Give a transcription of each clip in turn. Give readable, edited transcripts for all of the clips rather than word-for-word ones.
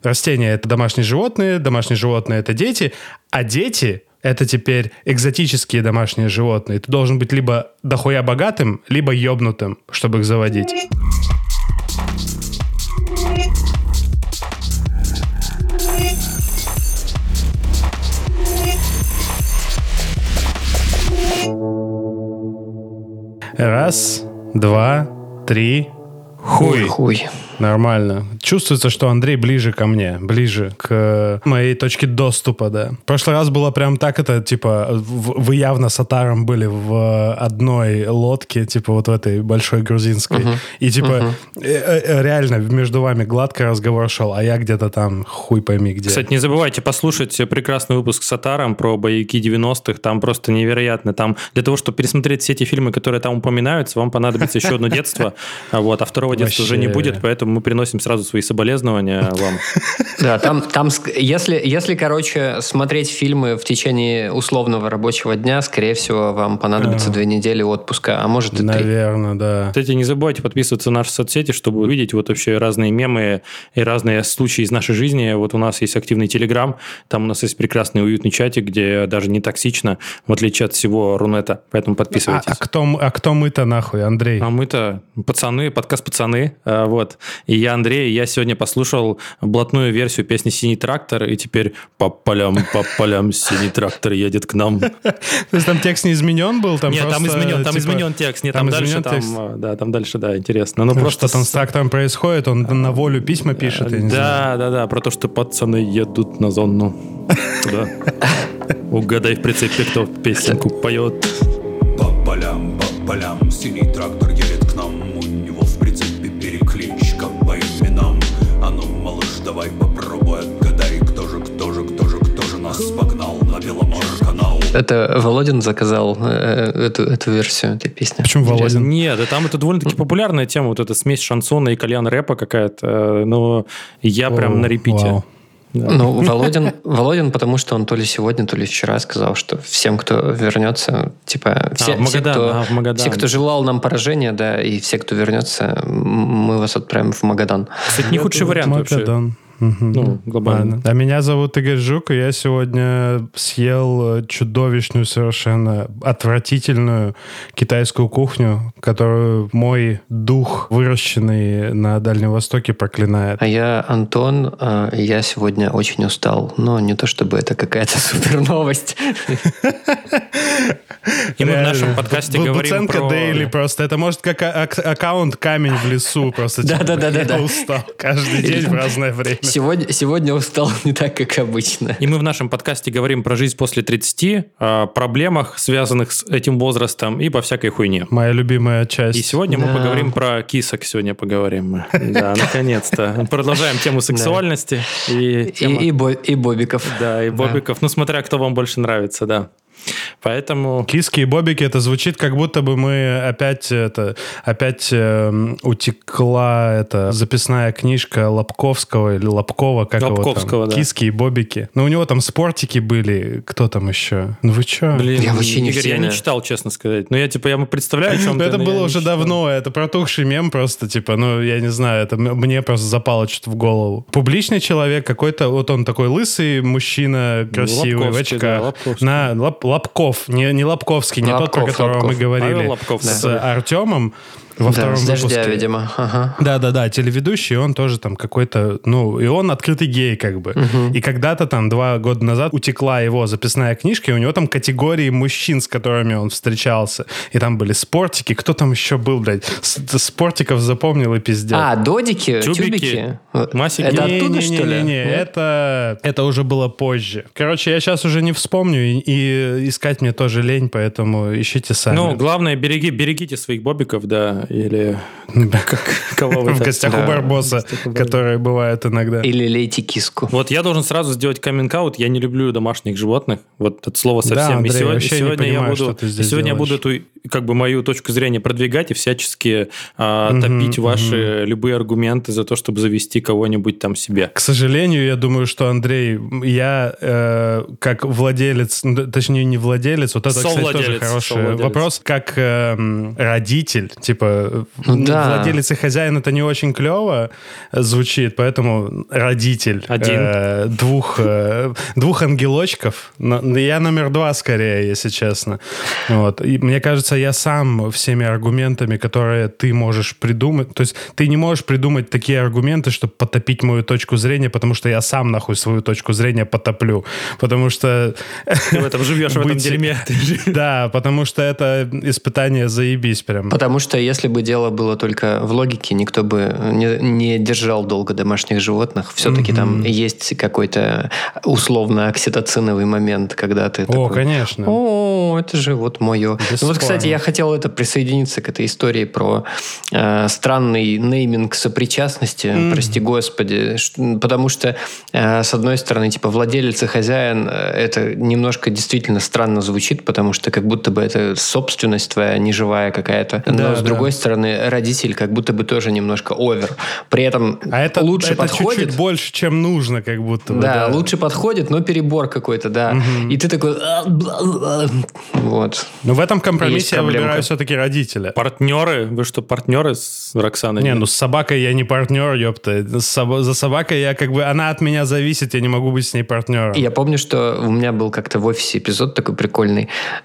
Растения — это домашние животные — это дети, а дети — это теперь экзотические домашние животные. Ты должен быть либо дохуя богатым, либо ёбнутым, чтобы их заводить. Раз, два, три. Хуй. Нормально. Чувствуется, что Андрей ближе ко мне, ближе к моей точке доступа, да. В прошлый раз было прям так, это, типа, вы явно с Атаром были в одной лодке, типа, вот в этой большой грузинской. И, типа, реально между вами гладко разговор шел, а я где-то там хуй пойми где. Кстати, не забывайте послушать прекрасный выпуск с Атаром про боевики 90-х, там просто невероятно. Там для того, чтобы пересмотреть все эти фильмы, которые там упоминаются, вам понадобится еще одно детство, вот, а второго детства уже не будет, поэтому мы приносим сразу свои соболезнования вам. Да, там если, короче, смотреть фильмы в течение условного рабочего дня, скорее всего, вам понадобится 2 недели отпуска, а может и 3. Наверное, да. Кстати, не забывайте подписываться на наши соцсети, чтобы увидеть вот вообще разные мемы и разные случаи из нашей жизни. Вот у нас есть активный Телеграм, там у нас есть прекрасный уютный чатик, где даже не токсично, в отличие от всего Рунета, поэтому подписывайтесь. А кто мы-то нахуй, Андрей? А мы-то пацаны, подкаст «Пацаны», вот. И я Андрей, я сегодня послушал блатную версию песни «Синий трактор», и теперь по полям, синий трактор едет к нам. То есть там текст не изменен был? Нет, там изменен текст. Нет, там дальше, там дальше, да, интересно. Ну, просто что там с трактором происходит? Он на волю письма пишет? Да, про то, что пацаны едут на зону. Угадай в прицепе, кто песенку поет. По полям, синий трактор едет к нам. У него в прицепе перекличка по именам. А ну, малыш, давай попробуй отгадай, кто же нас погнал на Беломор-канал. Это Володин заказал эту версию этой песни. Почему Володин? Нет, да там это довольно-таки популярная тема, вот эта смесь шансона и кальян-рэпа какая-то, но я прям на репите. Вау. Да. Ну, Володин, потому что он то ли сегодня, то ли вчера сказал, что всем, кто вернется, типа, все, кто желал нам поражения, да, и все, кто вернется, мы вас отправим в Магадан. Кстати, не худший вариант вообще. Ну, глобально. Ладно. А меня зовут Игорь Жук, и я сегодня съел чудовищную, совершенно отвратительную китайскую кухню, которую мой дух, выращенный на Дальнем Востоке, проклинает. А я Антон, я сегодня очень устал, но не то чтобы это какая-то супер новость. И мы в нашем подкасте говорим про... Дейли просто. Это может как аккаунт «Камень в лесу». Просто да. устал каждый день в разное время. Сегодня устал не так, как обычно. И мы в нашем подкасте говорим про жизнь после 30, о проблемах, связанных с этим возрастом, и по всякой хуйне. Моя любимая часть. И сегодня мы поговорим про кисок. Сегодня поговорим. Да, наконец-то. Продолжаем тему сексуальности. И бобиков. Да, и бобиков. Ну, смотря кто вам больше нравится, да. Поэтому... Киски и бобики, это звучит, как будто бы мы опять утекла эта записная книжка Лобковского или Лобкова, как Лобковского, его там. Да. Киски и бобики. Ну, у него там спортики были. Кто там еще? Ну, вы че? Блин, я вообще Игорь, я не читал, честно сказать. Но я представляю, о чем ты. Это было уже давно. Это протухший мем просто, я не знаю, это мне просто запало что-то в голову. Публичный человек какой-то, вот он такой лысый мужчина, красивый, в очках. Лобков, не Лобковский, не тот, про которого мы говорили с Артемом во втором выпуске. Дождя, видимо. Ага. Да, телеведущий, он тоже там какой-то, и он открытый гей как бы. И когда-то там 2 года назад утекла его записная книжка, и у него там категории мужчин, с которыми он встречался. И там были спортики. Кто там еще был, блядь? Спортиков запомнил и пиздец. Додики? Тюбики? Масики? Это оттуда, что ли? Не, это уже было позже. Короче, я сейчас уже не вспомню, и искать мне тоже лень, поэтому ищите сами. Ну, главное, берегите своих бобиков, да, или кого вы в гостях у Барбоса, которые бывают иногда. Или лейте киску. Вот я должен сразу сделать каминг-аут, я не люблю домашних животных, вот от слова совсем. Да, Андрей, сегодня я буду эту как бы мою точку зрения продвигать и всячески топить ваши любые аргументы за то, чтобы завести кого-нибудь там себе. К сожалению, я думаю, что, Андрей, я как владелец, точнее не владелец, вот это, кстати, тоже хороший вопрос, как родитель, типа владелец и хозяин, это не очень клево звучит, поэтому родитель двух ангелочков, я номер 2 скорее, если честно. Вот. И мне кажется, я сам всеми аргументами, которые ты можешь придумать, то есть ты не можешь придумать такие аргументы, чтобы потопить мою точку зрения, потому что я сам нахуй свою точку зрения потоплю, потому что... Ты в этом живешь, в этом дерьме. Да, потому что это испытание заебись прям. Потому что если бы дело было только в логике, никто бы не держал долго домашних животных. Все-таки там есть какой-то условно окситоциновый момент, когда ты такой... конечно. О, это же вот мое. Ну, вот, кстати, я хотел присоединиться к этой истории про странный нейминг сопричастности, прости господи, потому что, с одной стороны, типа, владелец и хозяин, это немножко действительно странно звучит, потому что как будто бы это собственность твоя, неживая какая-то. Но, с другой стороны, родитель как будто бы тоже немножко овер. При этом лучше подходит. Чуть-чуть больше, чем нужно, как будто бы. Да, лучше подходит, но перебор какой-то, да. И ты такой... Вот. Но в этом компромиссе я выбираю все-таки родителя. Партнеры? Вы что, партнеры с Роксаной? Не, ну с собакой я не партнер, ёпта. За собакой я как бы... Она от меня зависит, я не могу быть с ней партнером. Я помню, что у меня был как-то в офисе эпизод такой прикольный.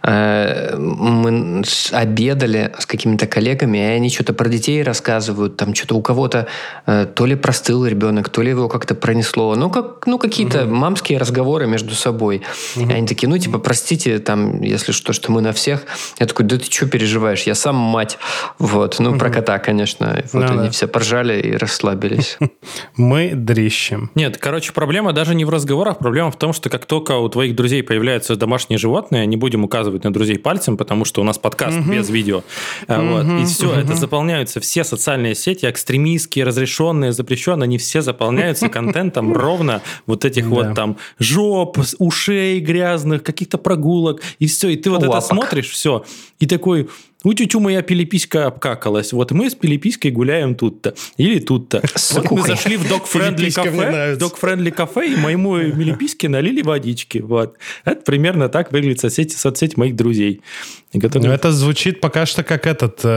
Мы обедали с какими-то коллегами, и они что-то про детей рассказывают. Там что-то у кого-то то ли простыл ребенок, то ли его как-то пронесло. Ну какие-то мамские разговоры между собой. И они такие, ну, типа, простите, там, если что мы на всех. Я такой, да ты что переживаешь? Я сам мать. Вот. Ну, про кота, конечно. Вот они все поржали и расслабились. Мы дрищем. Нет, короче, проблема даже не в разговорах. Проблема в том, что как только у твоих друзей появляются домашние животные, не будем указывать на друзей пальцем, потому что у нас подкаст без видео. И все, это заполняются все социальные сети, экстремистские, разрешенные, запрещенные, они все заполняются контентом ровно вот этих вот там жоп, ушей грязных, каких-то прогулок, и все. И ты вот это смотришь, все, и такой... У-тю-тю, моя пилиписька обкакалась. Вот мы с пилиписькой гуляем тут-то. Или тут-то. Вот мы зашли в dog-friendly кафе, и моему пилипиське налили водички. Вот. Это примерно так выглядит соцсеть моих друзей. Ну, это звучит пока что как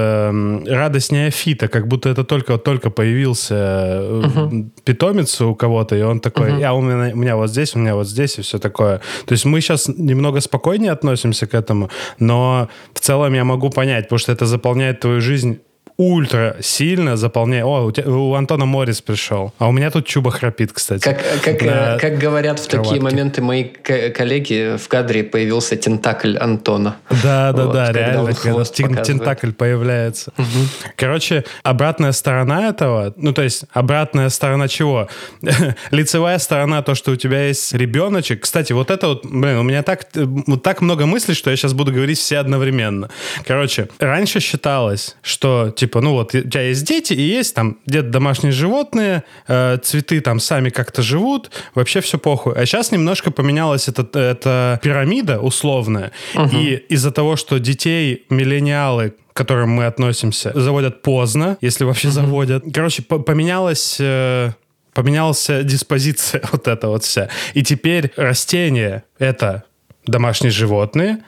радость неофита, как будто это только появился питомец у кого-то, и он такой, у меня вот здесь, и все такое. То есть мы сейчас немного спокойнее относимся к этому, но в целом я могу понять, потому что это заполняет твою жизнь ультра сильно, заполняет... у Антона Морис пришел. А у меня тут Чуба храпит, кстати. Как говорят в такие моменты мои коллеги, в кадре появился тентакль Антона. Да, реально, когда тентакль появляется. Короче, обратная сторона этого, ну, то есть, обратная сторона чего? Лицевая сторона, то, что у тебя есть ребеночек. Кстати, вот это вот, у меня так много мыслей, что я сейчас буду говорить все одновременно. Короче, раньше считалось, что, типа, ну вот, у тебя есть дети, и есть там где-то домашние животные, цветы там сами как-то живут, вообще все похуй. А сейчас немножко поменялась эта пирамида условная, и из-за того, что детей миллениалы, к которым мы относимся, заводят поздно, если вообще заводят. Короче, поменялась диспозиция вот эта вот вся. И теперь растения — это домашние животные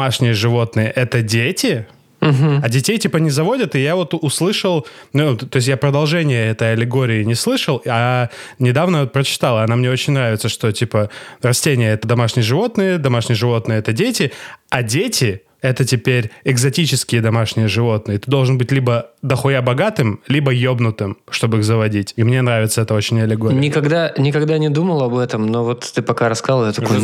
— это дети — а детей типа не заводят, и я вот услышал, ну, то есть я продолжение этой аллегории не слышал, а недавно вот прочитал, она мне очень нравится, что типа растения — это домашние животные — это дети, а дети — это теперь экзотические домашние животные. Ты должен быть либо дохуя богатым, либо ёбнутым, чтобы их заводить. И мне нравится это очень аллегория. Никогда не думал об этом, но вот ты пока рассказал, я такой,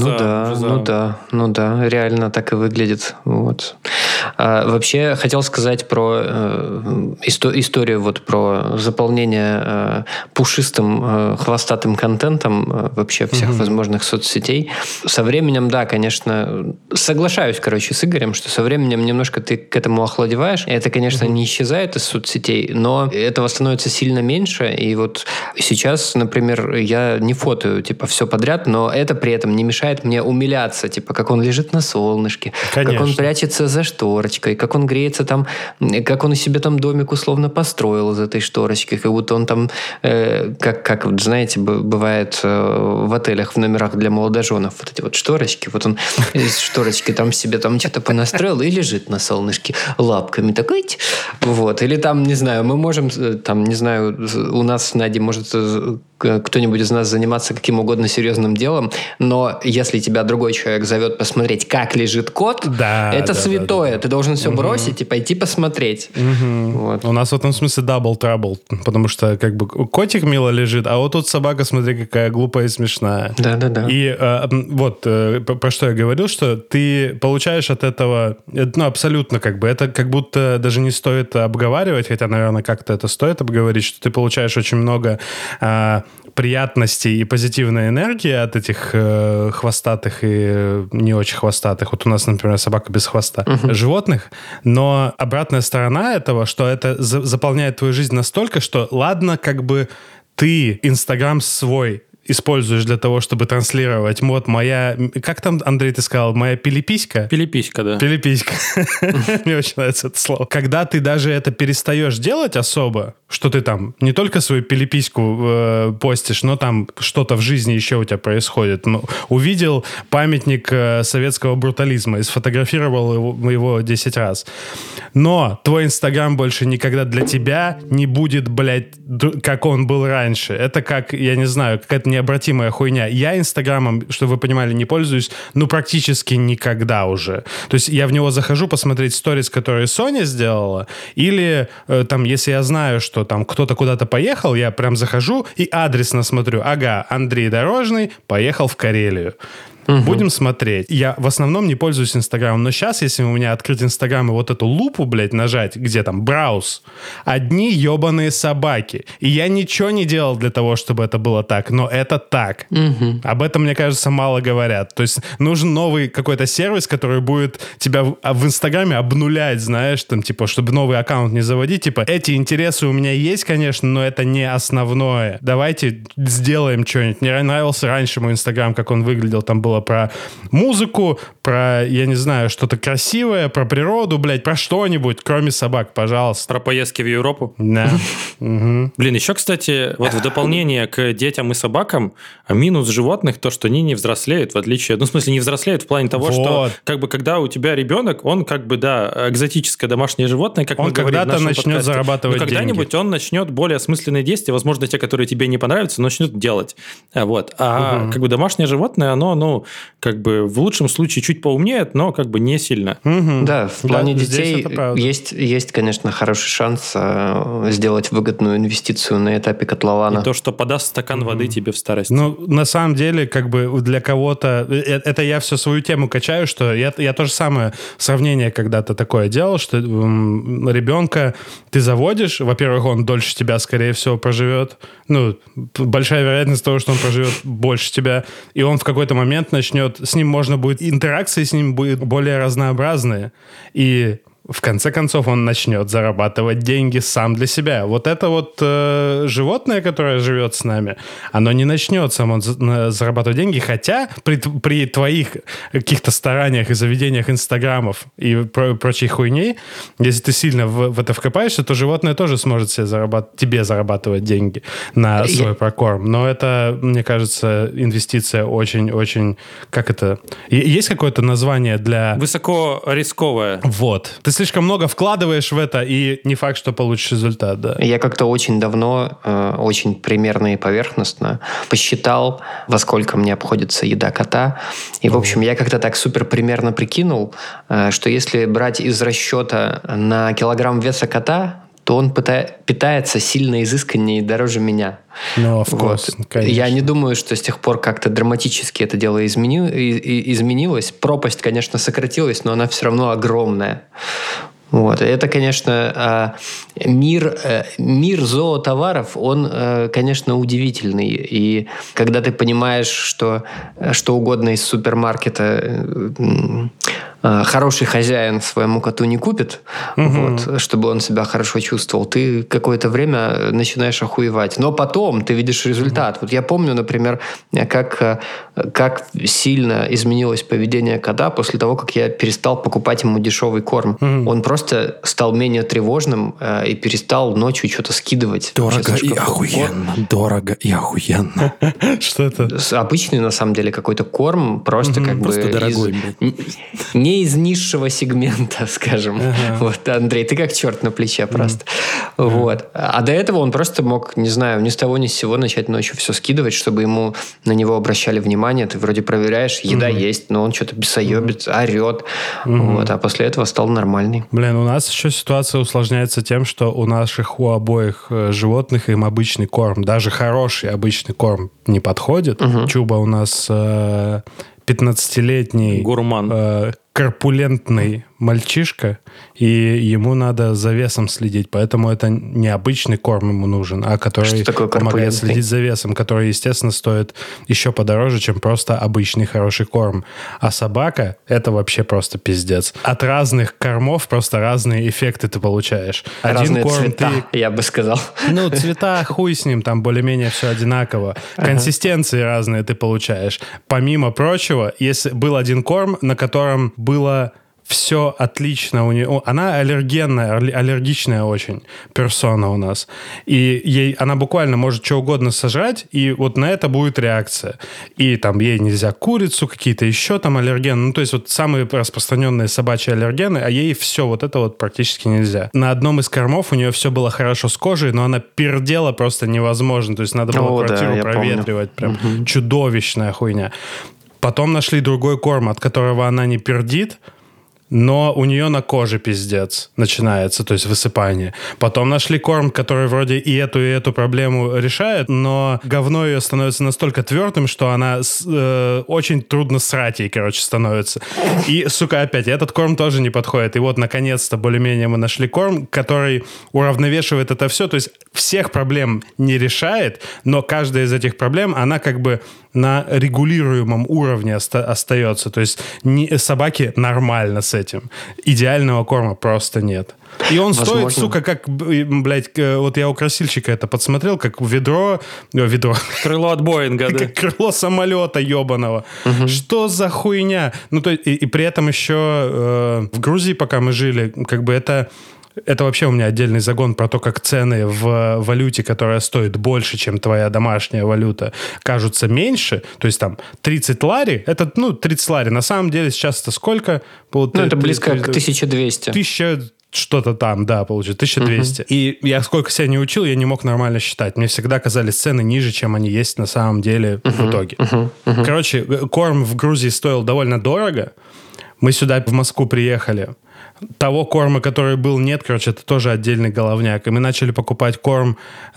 ну да, реально так и выглядит. Вот. Вообще, хотел сказать про историю вот про заполнение пушистым, хвостатым контентом вообще всех возможных соцсетей. Со временем, да, конечно, соглашаюсь, с Игорем, что со временем немножко ты к этому охладеваешь. Это, конечно, не исчезает из соцсетей, но этого становится сильно меньше. И вот сейчас, например, я не фотою, типа, все подряд, но это при этом не мешает мне умиляться, типа, как он лежит на солнышке, конечно. Как он прячется за шторочкой, как он греется там, как он себе там домик условно построил из этой шторочки, как будто он там, как знаете, бывает в отелях, в номерах для молодоженов, вот эти вот шторочки, вот он из шторочки там себе там что-то понастроил и лежит на солнышке лапками такой, вот, или там, не знаю, мы можем, там, не знаю, у нас с Надей может кто-нибудь из нас заниматься каким угодно серьезным делом, но если тебя другой человек зовет посмотреть, как лежит кот, это святое. Ты должен все бросить и пойти посмотреть. Вот. У нас в этом смысле double trouble, потому что как бы котик мило лежит, а вот тут собака, смотри, какая глупая и смешная. Да. И вот про что я говорил, что ты получаешь от этого, ну, абсолютно как бы, это как будто даже не стоит обговаривать, хотя, наверное, как-то это стоит обговорить, что ты получаешь очень много приятностей и позитивной энергии от этих хвостатых и не очень хвостатых. Вот у нас, например, собака без хвоста. Животных. Но обратная сторона этого, что это заполняет твою жизнь настолько, что ладно, как бы ты Инстаграм свой используешь для того, чтобы транслировать. Вот моя... Как там, Андрей, ты сказал? Моя пилиписька? Пилиписька, да. Пилиписька. Мне очень нравится это слово. Когда ты даже это перестаешь делать особо, что ты там не только свою пилипиську постишь, но там что-то в жизни еще у тебя происходит. Ну, увидел памятник советского брутализма и сфотографировал его 10 раз. Но твой Инстаграм больше никогда для тебя не будет, блядь, как он был раньше. Это как, я не знаю, какая-то необратимая хуйня. Я Инстаграмом, чтобы вы понимали, не пользуюсь, ну, практически никогда уже. То есть я в него захожу посмотреть сторис, которые Соня сделала, или там, если я знаю, что там кто-то куда-то поехал, я прям захожу и адресно смотрю. Ага, Андрей Дорожный поехал в Карелию. Будем смотреть. Я в основном не пользуюсь Инстаграмом, но сейчас, если у меня открыть Инстаграм и вот эту лупу, блядь, нажать, где там брауз, одни ебаные собаки. И я ничего не делал для того, чтобы это было так, но это так. Об этом, мне кажется, мало говорят. То есть нужен новый какой-то сервис, который будет тебя в Инстаграме обнулять, знаешь, там, типа, чтобы новый аккаунт не заводить. Типа, эти интересы у меня есть, конечно, но это не основное. Давайте сделаем что-нибудь. Мне нравился раньше мой Инстаграм, как он выглядел, там было про музыку, про, я не знаю, что-то красивое, про природу, блядь, про что-нибудь, кроме собак, пожалуйста. Про поездки в Европу? Да. Блин, еще, кстати, вот в дополнение к детям и собакам, минус животных то, что они не взрослеют, в отличие... Ну, в смысле, не взрослеют в плане того, что как бы когда у тебя ребенок, он как бы, да, экзотическое домашнее животное, как мы говорим в нашем подкасте. Он когда-то начнет зарабатывать деньги. Когда-нибудь он начнет более осмысленные действия, возможно, те, которые тебе не понравятся, начнет делать. Вот. А как бы домашнее животное, оно, ну, как бы в лучшем случае чуть поумнеет, но как бы не сильно. Да, в плане детей есть, конечно, хороший шанс сделать выгодную инвестицию на этапе котлована. И то, что подаст стакан воды тебе в старости. Ну, на самом деле, как бы для кого-то... Это я всю свою тему качаю, что я то же самое сравнение когда-то такое делал, что ребенка ты заводишь, во-первых, он дольше тебя, скорее всего, проживет. Ну, большая вероятность того, что он проживет больше тебя, и он в какой-то момент начнет... С ним можно будет... Интеракции с ним будут более разнообразные. И в конце концов он начнет зарабатывать деньги сам для себя. Вот это вот животное, которое живет с нами, оно не начнет само зарабатывать деньги, хотя при твоих каких-то стараниях и заведениях инстаграмов и прочей хуйней, если ты сильно в это вкопаешься, то животное тоже сможет тебе зарабатывать деньги на свой прокорм. Но это, мне кажется, инвестиция очень-очень... Как это? Есть какое-то название для... Высокорисковое. Вот. Ты слишком много вкладываешь в это, и не факт, что получишь результат, да. Я как-то очень давно, очень примерно и поверхностно посчитал, во сколько мне обходится еда кота. И, в общем, я как-то так супер примерно прикинул, что если брать из расчета на килограмм веса кота, то он питается сильно изысканнее и дороже меня. Ну, вот. Я не думаю, что с тех пор как-то драматически это дело изменилось. Пропасть, конечно, сократилась, но она все равно огромная. Вот. Это, конечно, мир зоотоваров, он, конечно, удивительный. И когда ты понимаешь, что угодно из супермаркета хороший хозяин своему коту не купит, вот, чтобы он себя хорошо чувствовал, ты какое-то время начинаешь охуевать. Но потом ты видишь результат. Вот я помню, например, как сильно изменилось поведение кота после того, как я перестал покупать ему дешевый корм. Он просто стал менее тревожным и перестал ночью что-то скидывать. Дорого и охуенно. Дорого и охуенно. Что это? Обычный, на самом деле, какой-то корм, просто как просто бы... дорогой. Не из низшего сегмента, скажем. Вот, Андрей, ты как черт на плече просто. Вот. А до этого он просто мог, не знаю, ни с того ни с сего начать ночью все скидывать, чтобы ему на него обращали внимание. Ты вроде проверяешь, еда есть, но он что-то бесоебит, орет. Вот. А после этого стал нормальный. Блин, у нас еще ситуация усложняется тем, что у обоих животных им обычный корм, даже хороший обычный корм не подходит. Чуба у нас 15-летний гурман. Корпулентный мальчишка, и ему надо за весом следить, поэтому это не обычный корм ему нужен, а который помогает следить за весом, который, естественно, стоит еще подороже, чем просто обычный хороший корм. А собака — это вообще просто пиздец. От разных кормов просто разные эффекты ты получаешь. Разные цвета, я бы сказал. Ну, цвета, хуй с ним, там более-менее все одинаково. Консистенции разные ты получаешь. Помимо прочего, если был один корм, на котором было все отлично у нее. Она аллергичная очень персона у нас. И она буквально может что угодно сожрать, и вот на это будет реакция. И там ей нельзя курицу, какие-то еще там аллергены. Ну, то есть вот самые распространенные собачьи аллергены, а ей все вот это вот практически нельзя. На одном из кормов у нее все было хорошо с кожей, но она пердела просто невозможно. То есть надо было квартиру проветривать. Прям чудовищная хуйня. Потом нашли другой корм, от которого она не пердит, но у нее на коже пиздец начинается, то есть высыпание. Потом нашли корм, который вроде и эту проблему решает, но говно ее становится настолько твердым, что она очень трудно срать ей, короче, становится. И, сука, опять, этот корм тоже не подходит. И вот, наконец-то, более-менее мы нашли корм, который уравновешивает это все. То есть всех проблем не решает, но каждая из этих проблем, она как бы на регулируемом уровне остается. То есть собаке нормально с этим. Идеального корма просто нет. И он стоит, сука, как, блядь, вот я у красильщика это подсмотрел, как ведро. Крыло от Боинга, да. Как крыло самолета ебаного. Что за хуйня? Ну, то и при этом еще в Грузии, пока мы жили, как бы это вообще у меня отдельный загон про то, как цены в валюте, которая стоит больше, чем твоя домашняя валюта, кажутся меньше. То есть там 30 лари, это, 30 лари. На самом деле сейчас это сколько? Это близко к 1200. 1000 что-то там, да, получится, 1200. И я сколько себя не учил, я не мог нормально считать. Мне всегда казались цены ниже, чем они есть на самом деле в итоге. Короче, корм в Грузии стоил довольно дорого. Мы сюда в Москву приехали. Того корма, который был, нет, короче, это тоже отдельный головняк. И мы начали покупать корм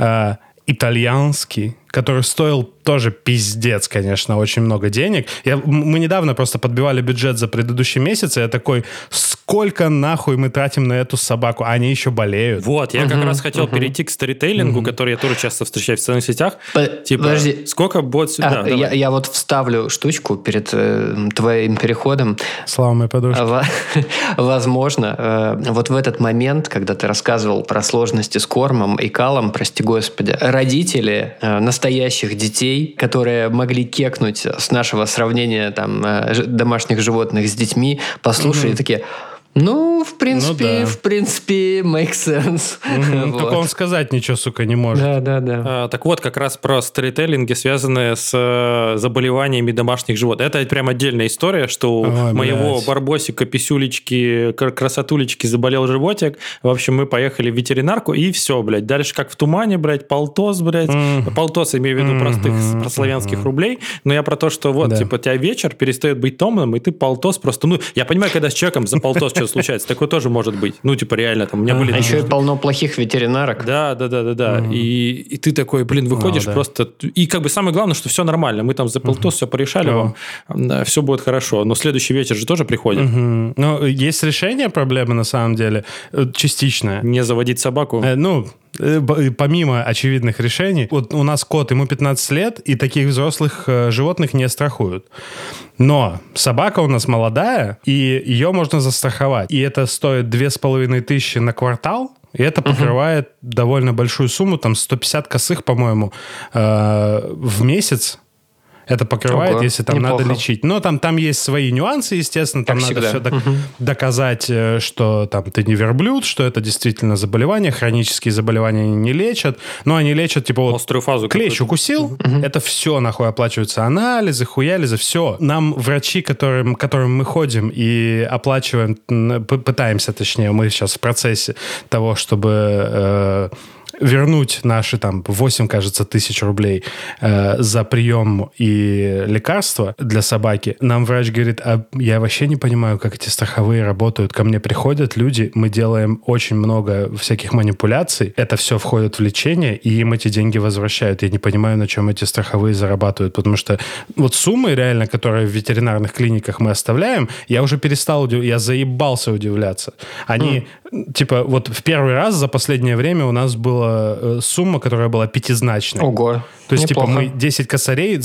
итальянский, который стоил тоже пиздец, конечно, очень много денег. Мы недавно просто подбивали бюджет за предыдущий месяц, и я такой, сколько нахуй мы тратим на эту собаку? Они еще болеют. Вот, я как раз хотел перейти к сторителлингу, который я тоже часто встречаю в социальных сетях. Подожди. Сколько будет сюда? Я вот вставлю штучку перед твоим переходом. Слава моей подушке. Возможно, вот в этот момент, когда ты рассказывал про сложности с кормом и калом, прости господи, родители настоящих детей, которые могли кекнуть с нашего сравнения там домашних животных с детьми, послушали такие... в принципе, makes sense. Вот. Только он сказать ничего, сука, не может. Да. Так вот, как раз про сторителлинги, связанные с заболеваниями домашних животных. Это прям отдельная история, что у моего барбосика, писюлечки, красотулечки заболел животик. В общем, мы поехали в ветеринарку, и все, блядь. Дальше как в тумане, блядь, полтос, блядь. Полтос, имею в виду простых прославянских рублей. Но я про то, что вот, типа, у тебя вечер перестает быть томным, и ты полтос просто... я понимаю, когда с человеком за полтос случается. Такое тоже может быть. Реально, там у меня были... А еще и полно плохих ветеринарок. Да. И ты такой, выходишь просто... И как бы самое главное, что все нормально. Мы там за полтос все порешали вам. Все будет хорошо. Но следующий вечер же тоже приходит. Но есть решение проблемы, на самом деле, частичное. Не заводить собаку? помимо очевидных решений, вот у нас кот, ему 15 лет, и таких взрослых животных не страхуют. Но собака у нас молодая, и ее можно застраховать. И это стоит 2500 на квартал, и это покрывает довольно большую сумму, там 150 косых, по-моему, в месяц. Это покрывает, если там неплохо. Надо лечить. Но там есть свои нюансы, естественно. Там надо все доказать, что там ты не верблюд, что это действительно заболевание. Хронические заболевания они не лечат. Но они лечат, типа, вот острую фазу клещ укусил, это все нахуй оплачиваются. Анализы, хуялизы, все. Нам врачи, которым мы ходим и оплачиваем, пытаемся, точнее, мы сейчас в процессе того, чтобы... вернуть наши там 8, кажется, тысяч рублей за прием и лекарства для собаки, нам врач говорит, а я вообще не понимаю, как эти страховые работают. Ко мне приходят люди, мы делаем очень много всяких манипуляций, это все входит в лечение, и им эти деньги возвращают. Я не понимаю, на чем эти страховые зарабатывают, потому что вот суммы реально, которые в ветеринарных клиниках мы оставляем, я уже перестал, я заебался удивляться. Они, типа, вот в первый раз за последнее время у нас было сумма, которая была пятизначной. Ого. То есть, неплохо. типа, мы 10 косарей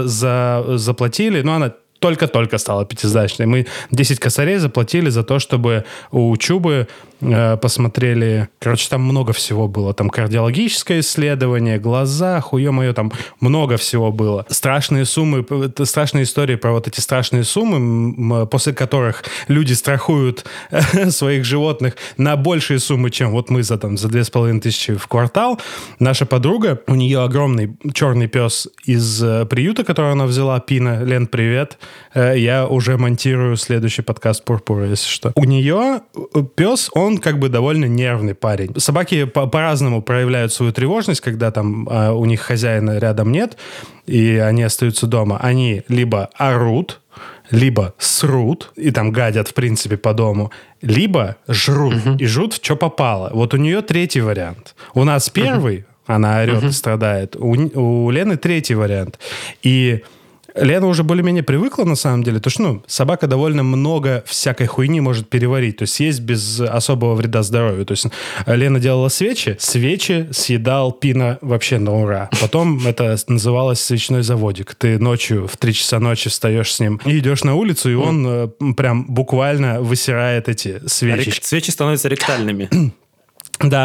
заплатили, но она только-только стала пятизначной. Мы 10 косарей заплатили за то, чтобы у Чубы посмотрели... Короче, там много всего было. Там кардиологическое исследование, глаза, хуё-моё, там много всего было. Страшные суммы, страшные истории про вот эти страшные суммы, после которых люди страхуют своих животных на большие суммы, чем вот мы за 2500 в квартал. Наша подруга, у нее огромный черный пес из приюта, который она взяла, Пина. Лен, привет. Я уже монтирую следующий подкаст Пурпура, если что. У нее пес, он как бы довольно нервный парень. Собаки по-разному проявляют свою тревожность, когда там у них хозяина рядом нет, и они остаются дома. Они либо орут, либо срут, и там гадят, в принципе, по дому, либо жрут, и жрут в что попало. Вот у нее третий вариант. У нас первый, она орет и страдает. У Лены третий вариант. И Лена уже более-менее привыкла, на самом деле, потому что, собака довольно много всякой хуйни может переварить, то есть есть без особого вреда здоровью. То есть Лена делала свечи съедал Пина вообще на ура. Потом это называлось свечной заводик. Ты ночью, в 3 часа ночи встаешь с ним и идешь на улицу, и он прям буквально высирает эти свечи. Свечи становятся ректальными. Да.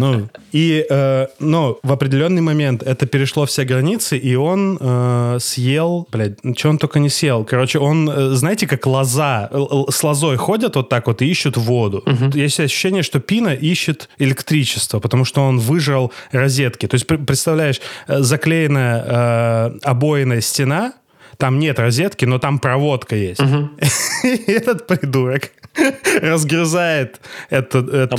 Но в определенный момент это перешло все границы, и он съел... что он только не съел. Короче, он, знаете, как лоза. С лозой ходят вот так вот и ищут воду. Есть ощущение, что Пина ищет электричество, потому что он выжрал розетки. То есть, представляешь, заклеенная обойная стена, там нет розетки, но там проводка есть. И этот придурок разгрызает эту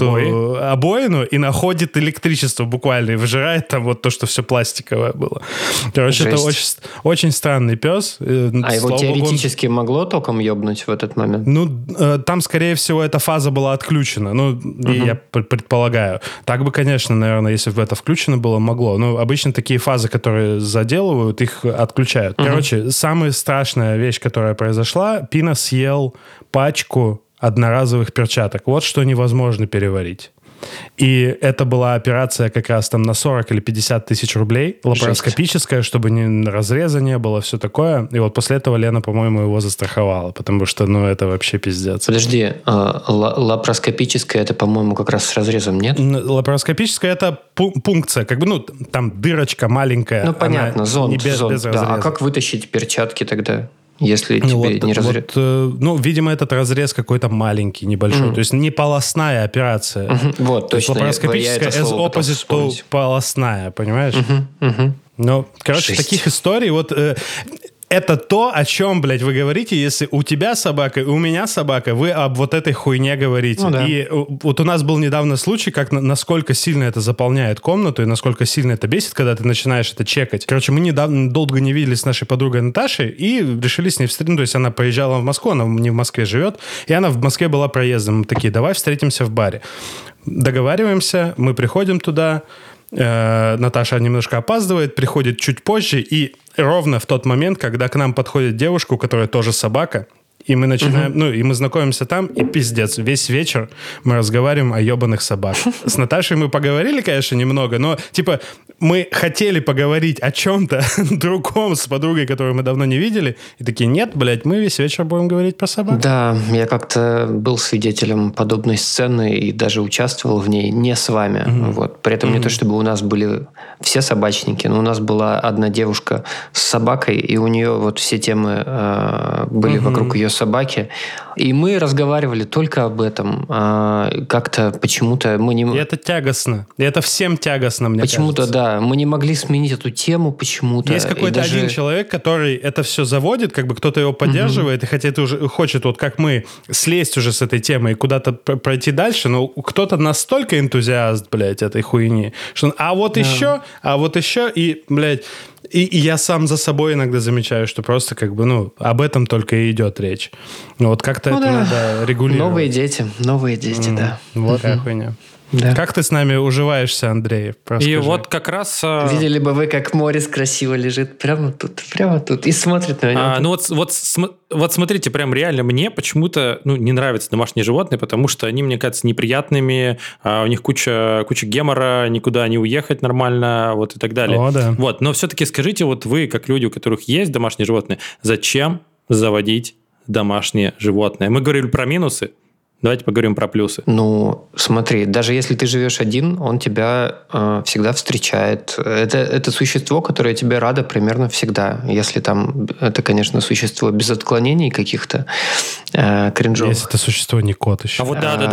обоину и находит электричество буквально, и выжирает там вот то, что все пластиковое было. Короче, это очень, очень странный пес. А его теоретически могло током ёбнуть в этот момент? Там, скорее всего, эта фаза была отключена. Я предполагаю. Так бы, конечно, наверное, если бы это включено было, могло. Но обычно такие фазы, которые заделывают, их отключают. Короче, самая страшная вещь, которая произошла, Пина съел пачку одноразовых перчаток. Вот что невозможно переварить. И это была операция как раз там на 40 или 50 тысяч рублей, лапароскопическая, чтобы разреза не было, все такое. И вот после этого Лена, по-моему, его застраховала, потому что, это вообще пиздец. Подожди, лапароскопическая, это, по-моему, как раз с разрезом, нет? Лапароскопическая — это пункция, как бы, там дырочка маленькая. Понятно, зонд. Без разреза. Да, а как вытащить перчатки тогда? Если тебе не разрез... видимо, этот разрез какой-то маленький, небольшой. То есть не полостная операция. Вот, то точно. Лапароскопическая as opposite to полостная, понимаешь? Короче, таких историй... Это то, о чем, вы говорите, если у тебя собака и у меня собака, вы об вот этой хуйне говорите. Да. И вот у нас был недавно случай, насколько сильно это заполняет комнату и насколько сильно это бесит, когда ты начинаешь это чекать. Короче, мы недавно долго не виделись с нашей подругой Наташей и решили с ней встретиться. То есть она поезжала в Москву, она не в Москве живет, и она в Москве была проездом. Мы такие, давай встретимся в баре. Договариваемся, мы приходим туда, Наташа немножко опаздывает, приходит чуть позже, и ровно в тот момент, когда к нам подходит девушка, у которой тоже собака, и мы начинаем, и мы знакомимся там, и пиздец, весь вечер мы разговариваем о ебаных собаках. С Наташей мы поговорили, конечно, немного, но, типа, мы хотели поговорить о чем-то другом с подругой, которую мы давно не видели, и такие, нет, блядь, мы весь вечер будем говорить про собак. Да, я как-то был свидетелем подобной сцены и даже участвовал в ней не с вами. Вот. При этом не то, чтобы у нас были все собачники, но у нас была одна девушка с собакой, и у нее вот все темы были вокруг ее собаки. И мы разговаривали только об этом. Как-то почему-то мы не... И это тягостно. И это всем тягостно, мне почему-то, кажется. да. Мы не могли сменить эту тему почему-то. Есть какой-то один человек, который это все заводит, как бы кто-то его поддерживает, и хотя ты уже хочет, вот как мы, слезть уже с этой темы и куда-то пройти дальше, но кто-то настолько энтузиаст, блядь, этой хуйни, что он, а вот еще, и, блядь, и я сам за собой иногда замечаю, что просто как бы, об этом только и идет речь. Вот как-то это надо регулировать. Новые дети, да. Вот такая хуйня. Да. Как ты с нами уживаешься, Андрей? Расскажи. И вот как раз... Видели бы вы, как Морис красиво лежит прямо тут и смотрит на него. Вот смотрите, прям реально мне почему-то не нравятся домашние животные, потому что они, мне кажется, неприятными, у них куча гемора, никуда не уехать нормально, вот и так далее. О, да. Вот, но все-таки скажите, вот вы, как люди, у которых есть домашние животные, зачем заводить домашнее животное? Мы говорили про минусы. Давайте поговорим про плюсы. Смотри, даже если ты живешь один, он тебя всегда встречает. Это существо, которое тебе радо примерно всегда. Если там это, конечно, существо без отклонений каких-то кринжовых. Если это существо не кот еще. А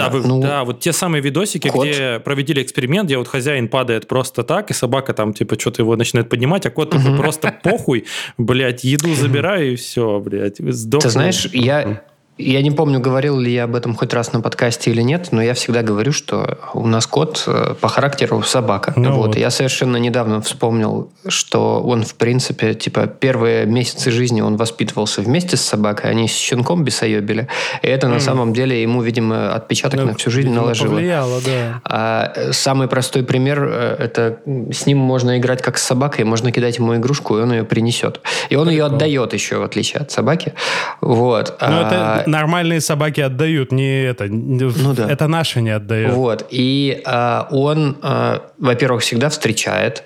вот вот те самые видосики, кот, где проводили эксперимент, где вот хозяин падает просто так, и собака там типа что-то его начинает поднимать, а кот такой просто похуй, блядь, еду забираю и все, блядь, сдохну. Ты знаешь, я не помню, говорил ли я об этом хоть раз на подкасте или нет, но я всегда говорю, что у нас кот по характеру собака. Вот. Я совершенно недавно вспомнил, что он, в принципе, типа первые месяцы жизни он воспитывался вместе с собакой, они с щенком бесоебили. И это на самом деле ему, видимо, отпечаток на всю жизнь наложило. Повлияло, да. А самый простой пример, это с ним можно играть как с собакой, можно кидать ему игрушку, и он ее принесет. И он ее отдает еще, в отличие от собаки. Вот. Это нормальные собаки отдают, не это. Да. Это наши не отдают. Вот. И он, во-первых, всегда встречает.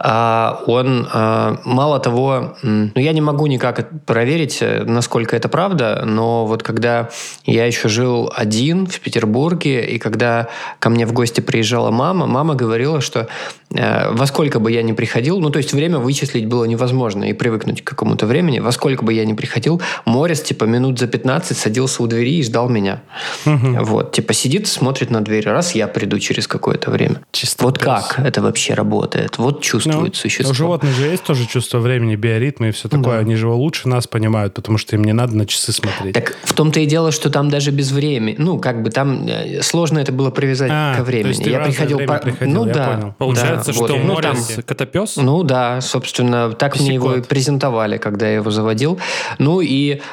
Он, мало того, я не могу никак проверить, насколько это правда, но вот когда я еще жил один в Петербурге, и когда ко мне в гости приезжала мама говорила, что во сколько бы я ни приходил, то есть время вычислить было невозможно и привыкнуть к какому-то времени, во сколько бы я ни приходил, Морис, типа, минут за 15 садился у двери и ждал меня. Вот, типа, сидит, смотрит на дверь, раз я приду через какое-то время. Чисто вот как это вообще работает? Вот чувствует существо. У животных же есть тоже чувство времени, биоритмы и все такое. Они же его лучше нас понимают, потому что им не надо на часы смотреть. Так в том-то и дело, что там даже без времени. Там сложно это было привязать ко времени. То есть ты я приходил, я понял. Получается, что Морис котопес? Собственно, так мне его и презентовали, когда я его заводил. И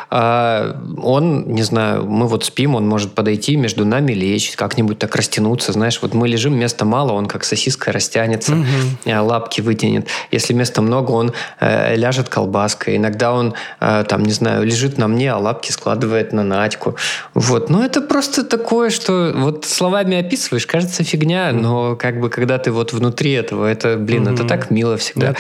он, не знаю, мы вот спим, он может подойти, между нами лечь, как-нибудь так растянуться, знаешь, вот мы лежим, места мало, он как сосиска растянется, лапки вытянет. Если места много, он ляжет колбаской. Иногда он, не знаю, лежит на мне, а лапки складывает на Надьку. Вот. Это просто такое, что вот словами описываешь, кажется фигня, но как бы когда ты вот внутри этого, это так мило всегда.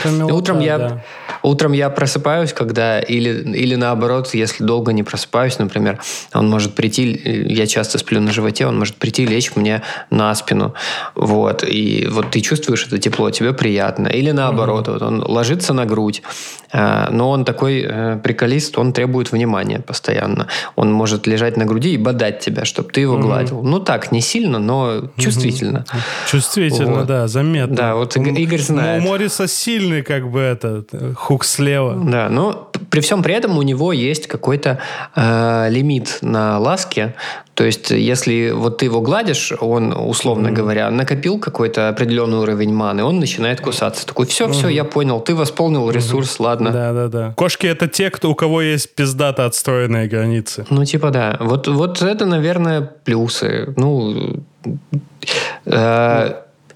Утром я просыпаюсь, когда или наоборот, если долго не просыпаюсь, например, он может прийти, я часто сплю на животе, он может прийти, лечь мне на спину. Вот. И вот ты чувствуешь это тепло, тебе приятно. Или наоборот, вот он ложится на грудь, но он такой приколист, он требует внимания постоянно. Он может лежать на груди и бодать тебя, чтобы ты его гладил. Так, не сильно, но чувствительно. Чувствительно, да, заметно. Да, вот Игорь знает. У Мориса сильный хук слева. Да, но при всем при этом у него есть какой-то лимит на ласке. То есть, если вот ты его гладишь, он, условно говоря, накопил какой-то определенный уровень маны, он начинает кусаться. Такой, все, я понял, ты восполнил ресурс, ладно. Да. Кошки — это те, у кого есть пиздато отстроенные границы. Да. Вот это, наверное, плюсы.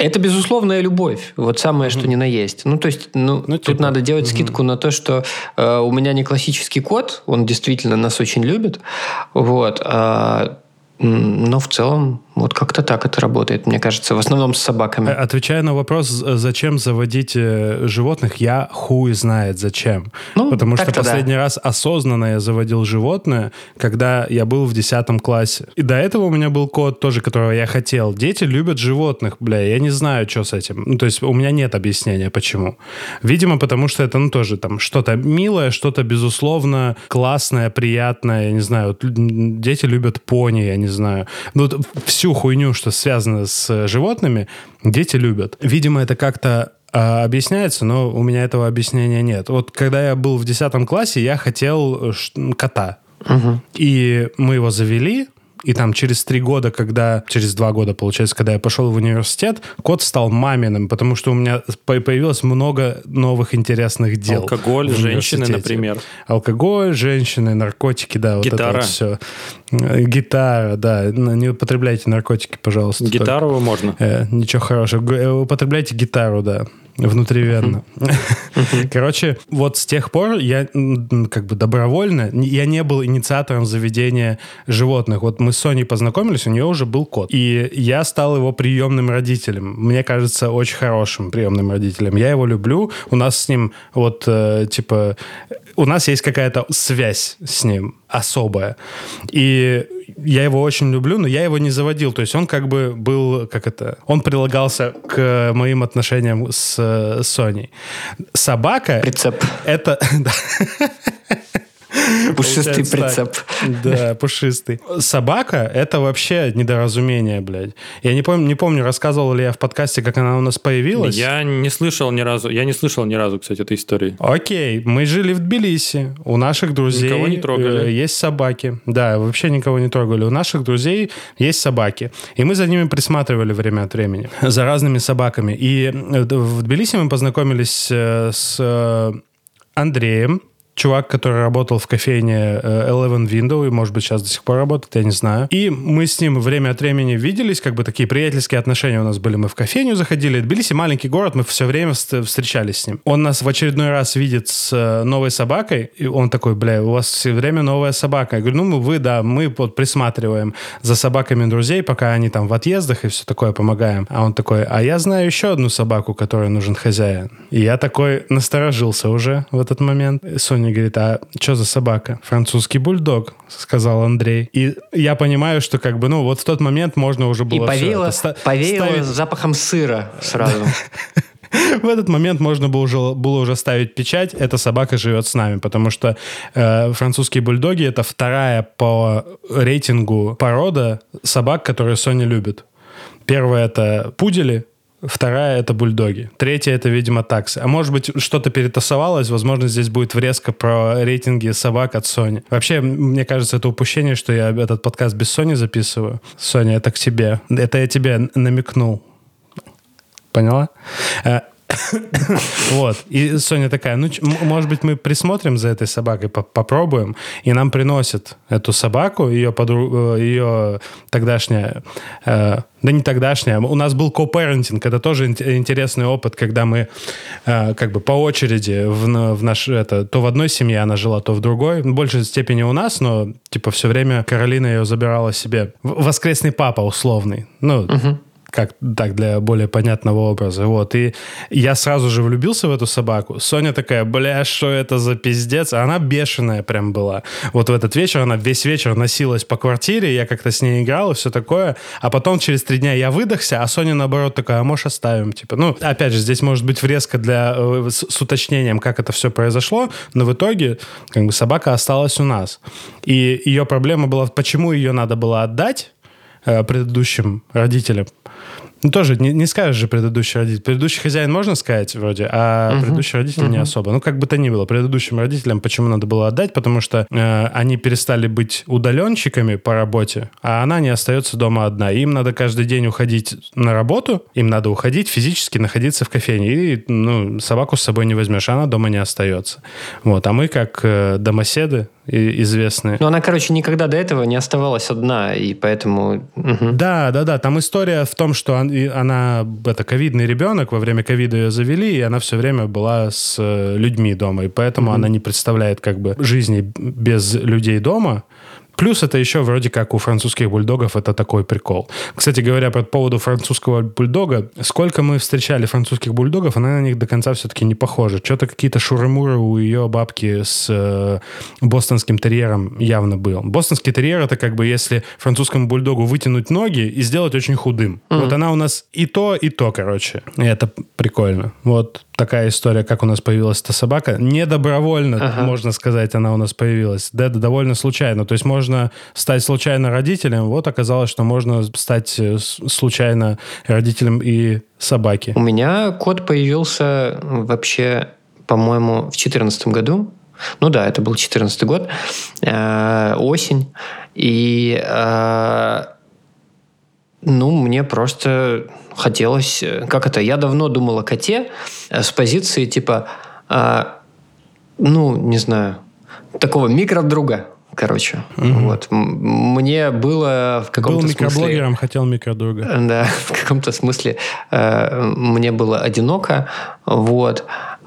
Это безусловная любовь. Вот самое, что ни на есть. Ну, то есть, тут надо делать скидку на то, что у меня не классический кот, он действительно нас очень любит. Вот. Но в целом вот как-то так это работает, мне кажется, в основном с собаками. Отвечая на вопрос, зачем заводить животных, я хуй знает зачем. Потому что последний раз осознанно я заводил животное, когда я был в 10 классе. И до этого у меня был кот тоже, которого я хотел. Дети любят животных, я не знаю, что с этим. То есть у меня нет объяснения, почему. Видимо, потому что это, тоже там что-то милое, что-то, безусловно, классное, приятное, я не знаю. Дети любят пони, я не знаю. Всю хуйню, что связано с животными, дети любят. Видимо, это как-то объясняется, но у меня этого объяснения нет. Вот когда я был в 10 классе, я хотел кота. Угу. И мы его завели, и там через 2 года, получается, когда я пошел в университет, кот стал маминым, потому что у меня появилось много новых интересных дел. Алкоголь, женщины, например. Алкоголь, женщины, наркотики, да. Гитара. Вот это вот все. Гитара, да. Не употребляйте наркотики, пожалуйста. Гитару только. Можно. Ничего хорошего. Употребляйте гитару, да. Внутривенно. Короче, вот с тех пор я добровольно, я не был инициатором заведения животных. Вот мы с Соней познакомились, у нее уже был кот. И я стал его приемным родителем. Мне кажется, очень хорошим приемным родителем. Я его люблю. У нас с ним у нас есть какая-то связь с ним особая. И я его очень люблю, но я его не заводил. То есть он был, он прилагался к моим отношениям с Соней. Собака... Прицеп. Это... Пушистый прицеп. Да, пушистый. Собака — это вообще недоразумение, блядь. Я не помню, рассказывал ли я в подкасте, как она у нас появилась. Я не слышал ни разу, кстати, этой истории. Окей, мы жили в Тбилиси. У наших друзей никого не трогали. Есть собаки. Да, вообще никого не трогали. У наших друзей есть собаки. И мы за ними присматривали время от времени. За разными собаками. И в Тбилиси мы познакомились с Андреем, чувак, который работал в кофейне Eleven Window, и, может быть, сейчас до сих пор работает, я не знаю. И мы с ним время от времени виделись, такие приятельские отношения у нас были. Мы в кофейню заходили. Тбилиси — маленький город, мы все время встречались с ним. Он нас в очередной раз видит с новой собакой, и он такой: у вас все время новая собака. Я говорю: мы вот присматриваем за собаками друзей, пока они там в отъездах и все такое, помогаем. А он такой: а я знаю еще одну собаку, которой нужен хозяин. И я такой насторожился уже в этот момент. Соня говорит: а что за собака? Французский бульдог, сказал Андрей. И я понимаю, что вот в тот момент можно уже было... И повеяло запахом сыра сразу. В этот момент можно было уже ставить печать: эта собака живет с нами, потому что французские бульдоги — это 2-я по рейтингу порода собак, которые Соня любит. 1-я — это пудели, 2-я — это бульдоги. 3-я — это, видимо, таксы. А может быть, что-то перетасовалось. Возможно, здесь будет врезка про рейтинги собак от Сони. Вообще, мне кажется, это упущение, что я этот подкаст без Сони записываю. Соня, это к тебе. Это я тебе намекнул. Поняла? Вот. И Соня такая: может быть, мы присмотрим за этой собакой, попробуем. И нам приносят эту собаку, ее тогдашняя... Да не тогдашняя. У нас был ко-парентинг. Это тоже интересный опыт, когда мы по очереди то в одной семье она жила, то в другой. В большей степени у нас, но все время Каролина ее забирала себе. Воскресный папа условный. Как так, для более понятного образа. Вот. И я сразу же влюбился в эту собаку. Соня такая: что это за пиздец? А она бешеная прям была. Вот в этот вечер она весь вечер носилась по квартире, я как-то с ней играл и все такое. А потом через 3 дня я выдохся, а Соня, наоборот, такая: а может, оставим? Опять же, здесь может быть врезка с уточнением, как это все произошло, но в итоге собака осталась у нас. И ее проблема была, почему ее надо было отдать предыдущим родителям. Тоже не скажешь же предыдущий родитель. Предыдущий хозяин можно сказать вроде, а предыдущий родитель не особо. Как бы то ни было, предыдущим родителям почему надо было отдать? Потому что они перестали быть удаленщиками по работе, а она не остается дома одна. Им надо каждый день уходить на работу, им надо уходить физически, находиться в кофейне. И собаку с собой не возьмешь, она дома не остается. Вот. А мы, как домоседы известные... Но она, никогда до этого не оставалась одна, и поэтому... Да. Там история в том, что она ковидный ребенок, во время ковида ее завели, и она все время была с людьми дома, и поэтому она не представляет как бы жизни без людей дома. Плюс это еще вроде как у французских бульдогов это такой прикол. Кстати говоря, по поводу французского бульдога, сколько мы встречали французских бульдогов, она на них до конца все-таки не похожа. Что-то какие-то шуры-муры у ее бабки с бостонским терьером явно был. Бостонский терьер — это как бы если французскому бульдогу вытянуть ноги и сделать очень худым. Вот она у нас и то, короче. И это прикольно. Вот такая история, как у нас появилась эта собака. Не добровольно, можно сказать, она у нас появилась. Да, довольно случайно. То есть можно стать случайно родителем. Вот оказалось, что можно стать случайно родителем и собаки. У меня кот появился вообще, по-моему, в 2014 году. Ну да, это был 2014 год. Осень. И... мне просто хотелось... Я давно думал о коте с позиции типа... не знаю, такого микродруга, короче. Вот. Мне было в каком-то смысле... Был микроблогером, хотел микродруга. Да, в каком-то смысле мне было одиноко. Вот.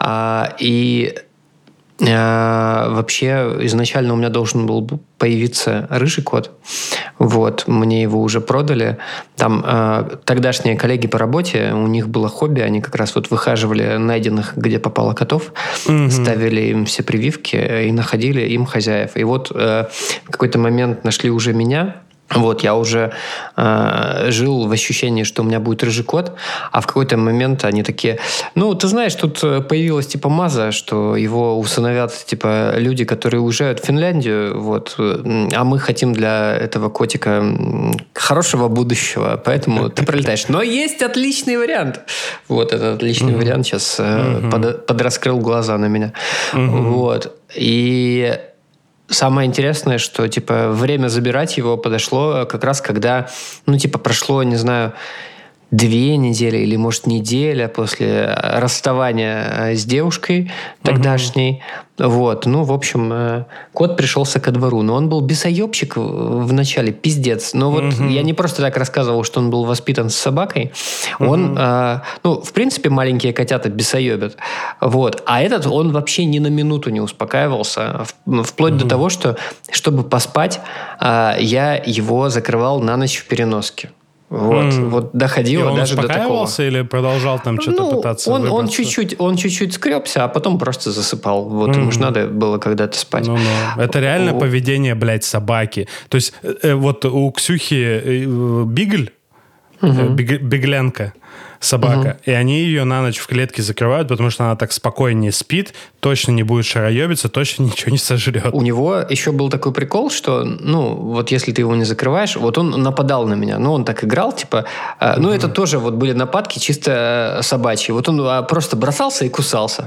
Вообще, изначально у меня должен был появиться рыжий кот. Вот, мне его уже продали. Там тогдашние коллеги по работе, у них было хобби, они как раз вот выхаживали найденных, где попало котов, ставили им все прививки и находили им хозяев. И вот в какой-то момент нашли уже меня. Вот, я уже жил в ощущении, что у меня будет рыжий кот, а в какой-то момент они такие, ты знаешь, тут появилась типа маза, что его усыновят типа люди, которые уезжают в Финляндию, вот, а мы хотим для этого котика хорошего будущего, поэтому ты прилетаешь. Но есть отличный вариант. Вот, этот отличный вариант сейчас подраскрыл глаза на меня. Вот, и... Самое интересное, что, время забирать его подошло как раз, когда, прошло, не знаю, 2 недели или, может, неделя после расставания с девушкой тогдашней. Вот. В общем, кот пришелся ко двору. Но он был бесоебщик в начале, пиздец. Но вот я не просто так рассказывал, что он был воспитан с собакой. Он, в принципе, маленькие котята бесоебят. Вот. А этот, он вообще ни на минуту не успокаивался. Вплоть до того, что, чтобы поспать, я его закрывал на ночь в переноске. Вот доходило даже до такого. Он успокаивался или продолжал там что-то пытаться выбраться? Он чуть-чуть скребся, а потом просто засыпал. Вот ему же надо было когда-то спать. Это реально поведение, собаки. То есть вот у Ксюхи Бигль, беглянка, собака, и они ее на ночь в клетке закрывают, потому что она так спокойнее спит, точно не будет шароебиться, точно ничего не сожрет. У него еще был такой прикол, что, вот если ты его не закрываешь, вот он нападал на меня, он так играл, это тоже вот были нападки чисто собачьи. Вот он просто бросался и кусался,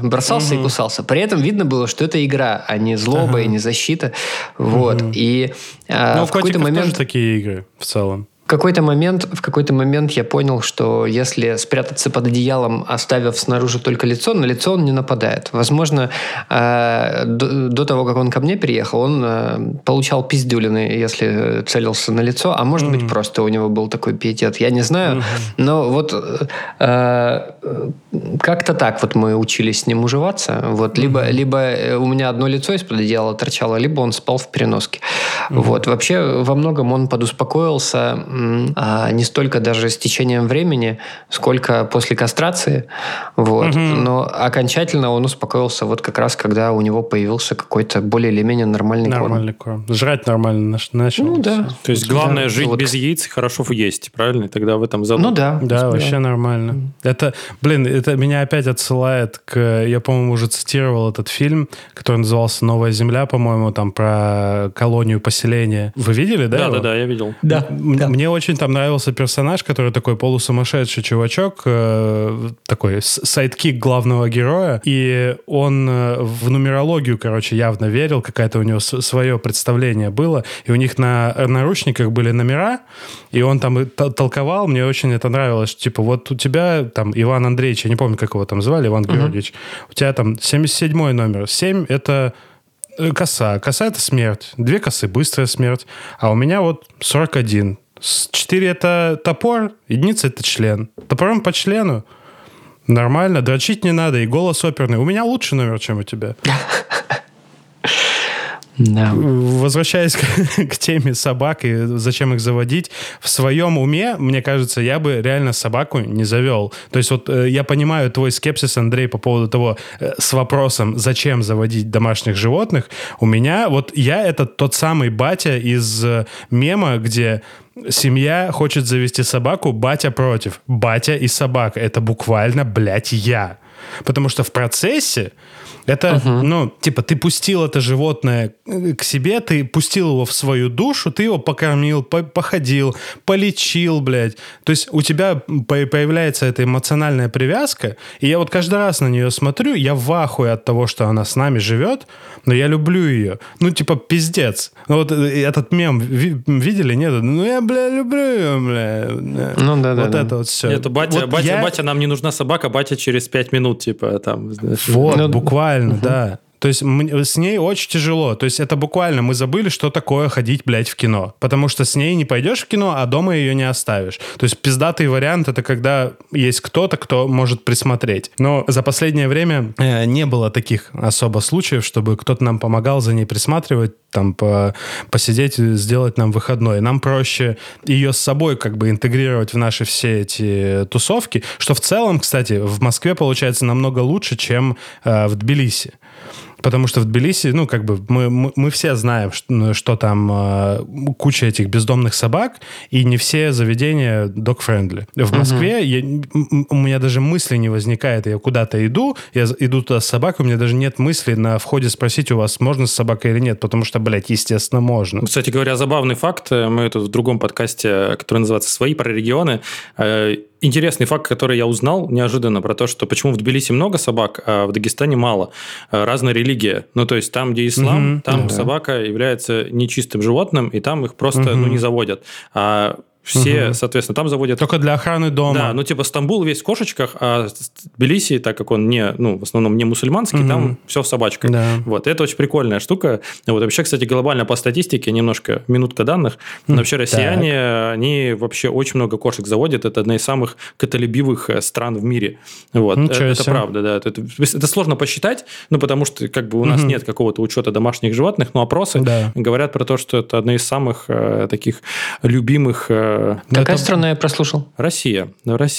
При этом видно было, что это игра, а не злоба и не защита. Вот. И в какой-то момент тоже такие игры в целом. В какой-то момент я понял, что если спрятаться под одеялом, оставив снаружи только лицо, на лицо он не нападает. Возможно, до того, как он ко мне переехал, он получал пиздюлины, если целился на лицо, а может быть, просто у него был такой пиетет. Я не знаю, но вот как-то так вот мы учились с ним уживаться. Вот, либо у меня одно лицо из-под одеяла торчало, либо он спал в переноске. Вот. Вообще, во многом он подуспокоился не столько даже с течением времени, сколько после кастрации. Вот. Но окончательно он успокоился вот как раз, когда у него появился какой-то более или менее нормальный корм. Жрать нормально начал. Да. То есть главное жить без яиц и хорошо есть, правильно? И тогда в этом залог. Да, вообще нормально. Это меня опять отсылает к... Я, по-моему, уже цитировал этот фильм, который назывался «Новая земля», по-моему, там про колонию поселения. Вы видели, да? Да, я видел. Да. Мне очень там нравился персонаж, который такой полусумасшедший чувачок, такой сайдкик главного героя, и он в нумерологию, явно верил, какое-то у него свое представление было, и у них на наручниках были номера, и он там толковал, мне очень это нравилось, вот у тебя там Иван Андреевич, я не помню, как его там звали, Иван Георгиевич, у тебя там 77-й номер, 7 — это коса. Коса — это смерть. 2 косы — быстрая смерть. А у меня 41. 4 это топор, единица это член. Топором по члену. Нормально, дрочить не надо, и голос оперный. У меня лучший номер, чем у тебя. Да. Возвращаясь к теме собак и зачем их заводить, в своем уме, мне кажется, я бы реально собаку не завел. То есть вот я понимаю твой скепсис, Андрей, по поводу того, с вопросом, зачем заводить домашних животных. У меня, вот я это тот самый батя из мема, где семья хочет завести собаку, батя против. Батя и собака. Это буквально, блядь, я. Потому что в процессе это, типа, ты пустил это животное к себе, ты пустил его в свою душу, ты его покормил, походил, полечил, блядь. То есть у тебя появляется эта эмоциональная привязка, и я вот каждый раз на нее смотрю, я в ахуе от того, что она с нами живет, но я люблю ее. Ну, типа, пиздец. Ну, вот этот мем видели, нет? Ну, я, бля, люблю ее, бля. Ну, да, вот да. это вот все. Это батя, нам не нужна собака, батя через 5 минут, типа, там. Вот, буквально. Да. То есть с ней очень тяжело. То есть это буквально мы забыли, что такое ходить, блядь, в кино. Потому что с ней не пойдешь в кино, а дома ее не оставишь. То есть пиздатый вариант — это когда есть кто-то, кто может присмотреть. Но за последнее время не было таких особо случаев, чтобы кто-то нам помогал за ней присматривать, там, посидеть, сделать нам выходной. Нам проще ее с собой как бы интегрировать в наши все эти тусовки, что в целом, кстати, в Москве получается намного лучше, чем в Тбилиси. Потому что в Тбилиси, ну, как бы, мы все знаем, что там куча этих бездомных собак, и не все заведения dog-friendly. В Москве у меня даже мысли не возникает. Я куда-то иду, я иду туда с собакой, у меня даже нет мысли на входе спросить у вас, можно с собакой или нет, потому что, блядь, естественно, можно. Кстати говоря, забавный факт, мы тут в другом подкасте, который называется «Свои», про регионы, интересный факт, который я узнал неожиданно, про то, что почему в Тбилиси много собак, а в Дагестане мало. Разная религия. Ну, то есть там, где ислам, там собака является нечистым животным, и там их просто не заводят. А все, соответственно, там заводят... Только для охраны дома. Да, ну типа Стамбул весь в кошечках, а Тбилиси, так как он не, в основном не мусульманский, там все в собачках. Да. Вот, это очень прикольная штука. Вот, вообще, кстати, глобально по статистике, немножко минутка данных, вообще россияне, они вообще очень много кошек заводят, это одна из самых котолюбивых стран в мире. Вот, это правда, да. Это сложно посчитать, потому что как бы у нас нет какого-то учета домашних животных, но опросы говорят про то, что это одна из самых таких любимых... Какая страна я прослушал? Россия,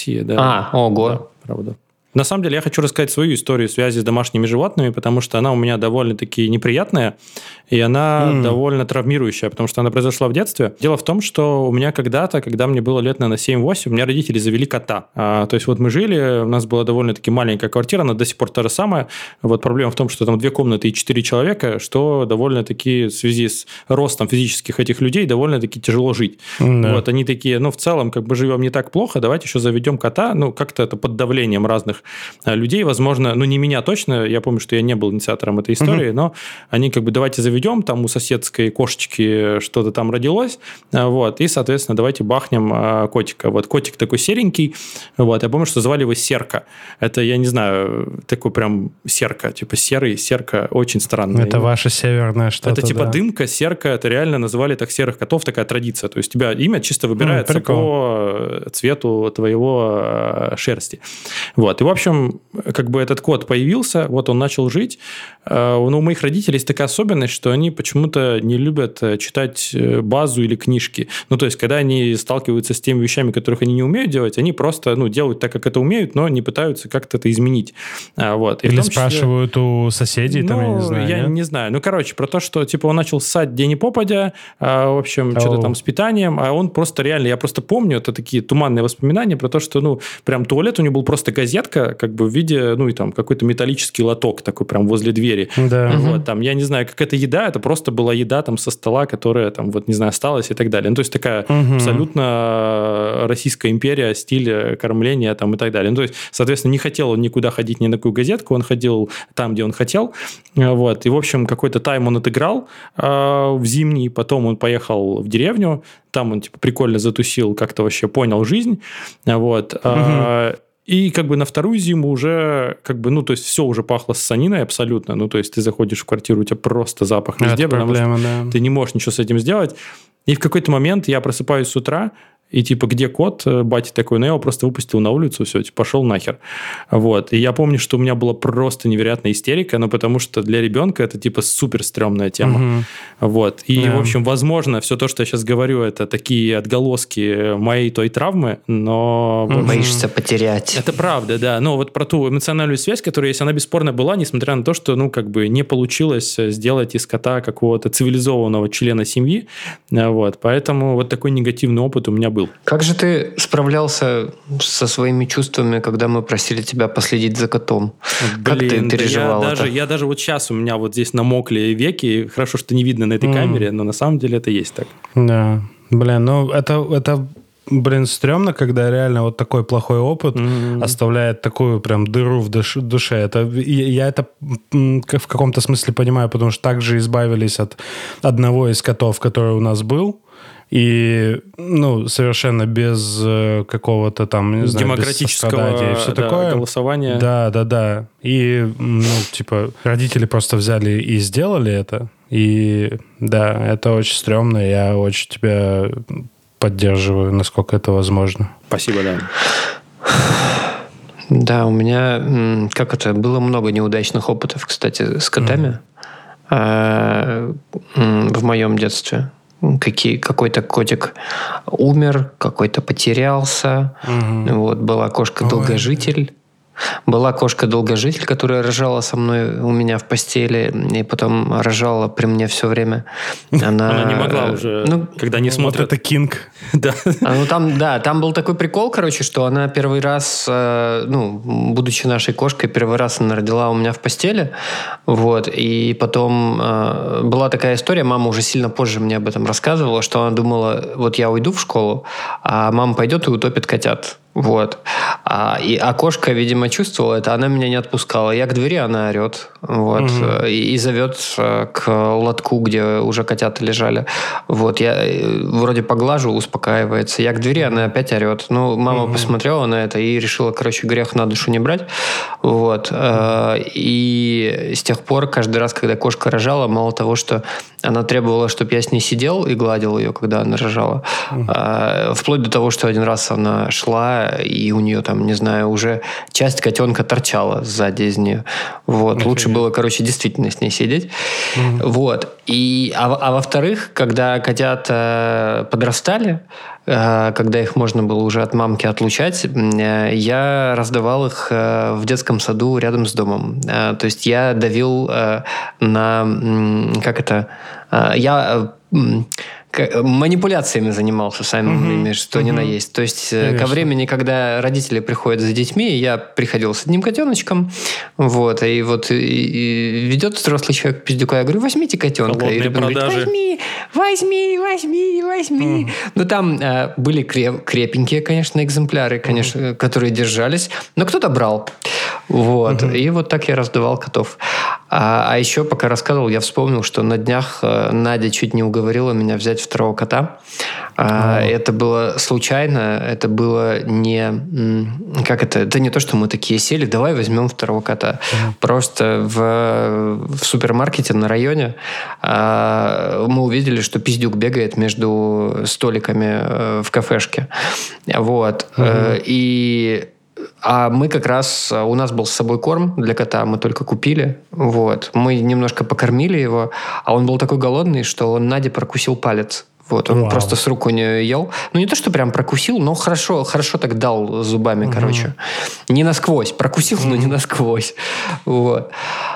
да. Ого. Да, правда. На самом деле, я хочу рассказать свою историю связи с домашними животными, потому что она у меня довольно-таки неприятная, и она довольно травмирующая, потому что она произошла в детстве. Дело в том, что у меня когда-то, когда мне было лет, наверное, 7-8, у меня родители завели кота. То есть вот мы жили, у нас была довольно-таки маленькая квартира, она до сих пор та же самая. Вот проблема в том, что там 2 комнаты и 4 человека, что довольно-таки в связи с ростом физических этих людей довольно-таки тяжело жить. Вот, они такие, в целом, как бы живем не так плохо, давайте еще заведем кота, как-то это под давлением разных людей, возможно, не меня точно, я помню, что я не был инициатором этой истории, но они как бы давайте заведем, там у соседской кошечки что-то там родилось, вот, и, соответственно, давайте бахнем котика. Вот, котик такой серенький, вот, я помню, что звали его Серка. Это, я не знаю, такой прям серка, типа серый, серка, очень странно. Это ваше северное что-то, это типа дымка, серка, это реально называли так серых котов, такая традиция. То есть у тебя имя чисто выбирается по цвету твоего шерсти. Вот, и, в общем, как бы этот кот появился, вот он начал жить. Но у моих родителей есть такая особенность, что они почему-то не любят читать базу или книжки. То есть, когда они сталкиваются с теми вещами, которых они не умеют делать, они просто делают так, как это умеют, но не пытаются как-то это изменить. Вот. И или спрашивают у соседей, там, я не знаю. Я не знаю. Короче, про то, что типа он начал ссать где ни попадя, в общем, что-то там с питанием, а он просто реально, я просто помню, это такие туманные воспоминания про то, что, прям туалет у него был просто газетка, как бы в виде, и там какой-то металлический лоток такой прям возле двери. Да. Вот, там, я не знаю, как это еда, это просто была еда там со стола, которая там, вот, не знаю, осталась и так далее. То есть, такая абсолютно Российская империя, стиль кормления там и так далее. То есть, соответственно, не хотел он никуда ходить ни на какую газетку, он ходил там, где он хотел. Вот. И, в общем, какой-то тайм он отыграл в зимний, потом он поехал в деревню, там он, типа, прикольно затусил, как-то вообще понял жизнь. Вот. И как бы на вторую зиму уже, как бы, то есть все уже пахло ссаниной абсолютно. То есть ты заходишь в квартиру, у тебя просто запах везде, потому что ты не можешь ничего с этим сделать. И в какой-то момент я просыпаюсь с утра, и типа, где кот? Батя такой, я его просто выпустил на улицу, все, типа, пошел нахер. Вот. И я помню, что у меня была просто невероятная истерика, потому что для ребенка это типа супер стрёмная тема. Вот. И, в общем, возможно, все то, что я сейчас говорю, это такие отголоски моей той травмы, но... Боишься потерять. Это правда, да. Но вот про ту эмоциональную связь, которая есть, она бесспорно была, несмотря на то, что, не получилось сделать из кота какого-то цивилизованного члена семьи. Вот. Поэтому вот такой негативный опыт у меня был. Как же ты справлялся со своими чувствами, когда мы просили тебя последить за котом? Как ты переживал это? Я даже вот сейчас у меня вот здесь намокли веки. Хорошо, что не видно на этой камере, но на самом деле это есть так. Да. Это стрёмно, когда реально вот такой плохой опыт оставляет такую прям дыру в душе. Я это в каком-то смысле понимаю, потому что также избавились от одного из котов, который у нас был. И, совершенно без какого-то там, не знаю, демократического и все такое. Голосования. Да. И, родители просто взяли и сделали это. И, да, это очень стрёмно. Я очень тебя поддерживаю, насколько это возможно. Спасибо, да. Да, у меня, было много неудачных опытов, кстати, с котами в моем детстве. Какой-то котик умер, какой-то потерялся. Вот, была кошка-долгожитель. Была кошка-долгожитель, которая рожала со мной у меня в постели, и потом рожала при мне все время. Она не могла уже, когда не смотрят. Вот это кинг. Да. Там был такой прикол, что она первый раз, будучи нашей кошкой, первый раз она родила у меня в постели. Вот, и потом была такая история, мама уже сильно позже мне об этом рассказывала, что она думала, вот я уйду в школу, а мама пойдет и утопит котят. Вот. А кошка, видимо, чувствовала это, она меня не отпускала. Я к двери, она орет. Вот. И зовет к лотку, где уже котята лежали. Вот. Я вроде поглажу, успокаивается. Я к двери, она опять орет. Мама посмотрела на это и решила, грех на душу не брать. Вот. И с тех пор, каждый раз, когда кошка рожала, мало того, что она требовала, чтобы я с ней сидел и гладил ее, когда она рожала, вплоть до того, что один раз она шла, и у нее там, не знаю, уже часть котенка торчала сзади из нее. Вот. Лучше было, действительно с ней сидеть. Вот. А во-вторых, когда котята подрастали, когда их можно было уже от мамки отлучать, я раздавал их в детском саду рядом с домом. То есть я давил на... Я манипуляциями занимался самими, что ни на есть. То есть ко времени, когда родители приходят за детьми, я приходил с одним котеночком, вот, и ведет взрослый человек пиздюка, я говорю, возьмите котенка. Холодные и ребенок говорит, возьми. Ну, там были крепенькие, конечно, экземпляры, конечно, которые держались, но кто-то брал. Вот. И вот так я раздавал котов. А еще, пока рассказывал, я вспомнил, что на днях Надя чуть не уговорила меня взять второго кота. Это было случайно, это было не... Это не то, что мы такие сели, давай возьмем второго кота. Просто в супермаркете на районе мы увидели, что пиздюк бегает между столиками в кафешке. Вот. А мы как раз... У нас был с собой корм для кота, мы только купили. Вот. Мы немножко покормили его, а он был такой голодный, что он Наде прокусил палец. Вот, он просто с рук у нее ел. Не то, что прям прокусил, но хорошо так дал зубами, Не насквозь. Прокусил, но не насквозь. Вот.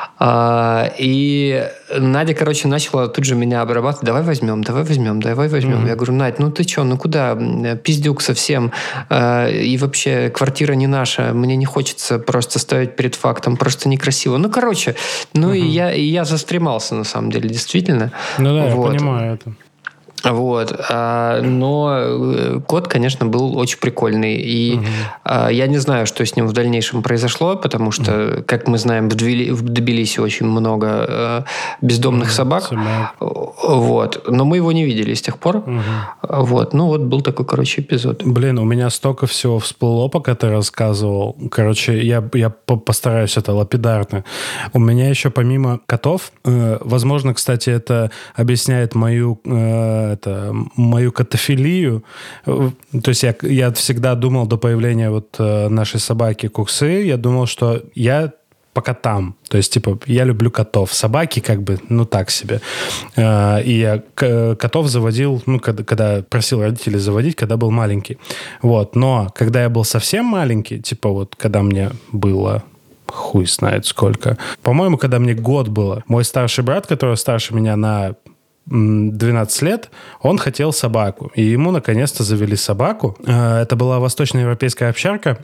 И Надя, начала тут же меня обрабатывать. Давай возьмем. Я говорю, Надь, ты что, куда? Пиздюк совсем. И вообще квартира не наша. Мне не хочется просто ставить перед фактом. Просто некрасиво. И я застремался, на самом деле, действительно. Я понимаю это. Вот. Но кот, конечно, был очень прикольный. И я не знаю, что с ним в дальнейшем произошло, потому что, как мы знаем, в Тбилиси очень много бездомных собак. Вот. Но мы его не видели с тех пор. Вот. Был такой, эпизод. Блин, у меня столько всего всплыло, пока ты рассказывал. Я постараюсь это лапидарно. У меня еще помимо котов, возможно, кстати, это объясняет мою мою котофилию. То есть я всегда думал до появления вот нашей собаки Куксы, я думал, что я по котам. То есть, типа, я люблю котов. Собаки как бы, ну, так себе. И я котов заводил, ну, когда просил родителей заводить, когда был маленький. Вот. Но когда я был совсем маленький, типа, вот, когда мне было... хуй знает сколько. По-моему, когда мне год было, мой старший брат, который старше меня на 12 лет, он хотел собаку. И ему наконец-то завели собаку. Это была восточноевропейская овчарка.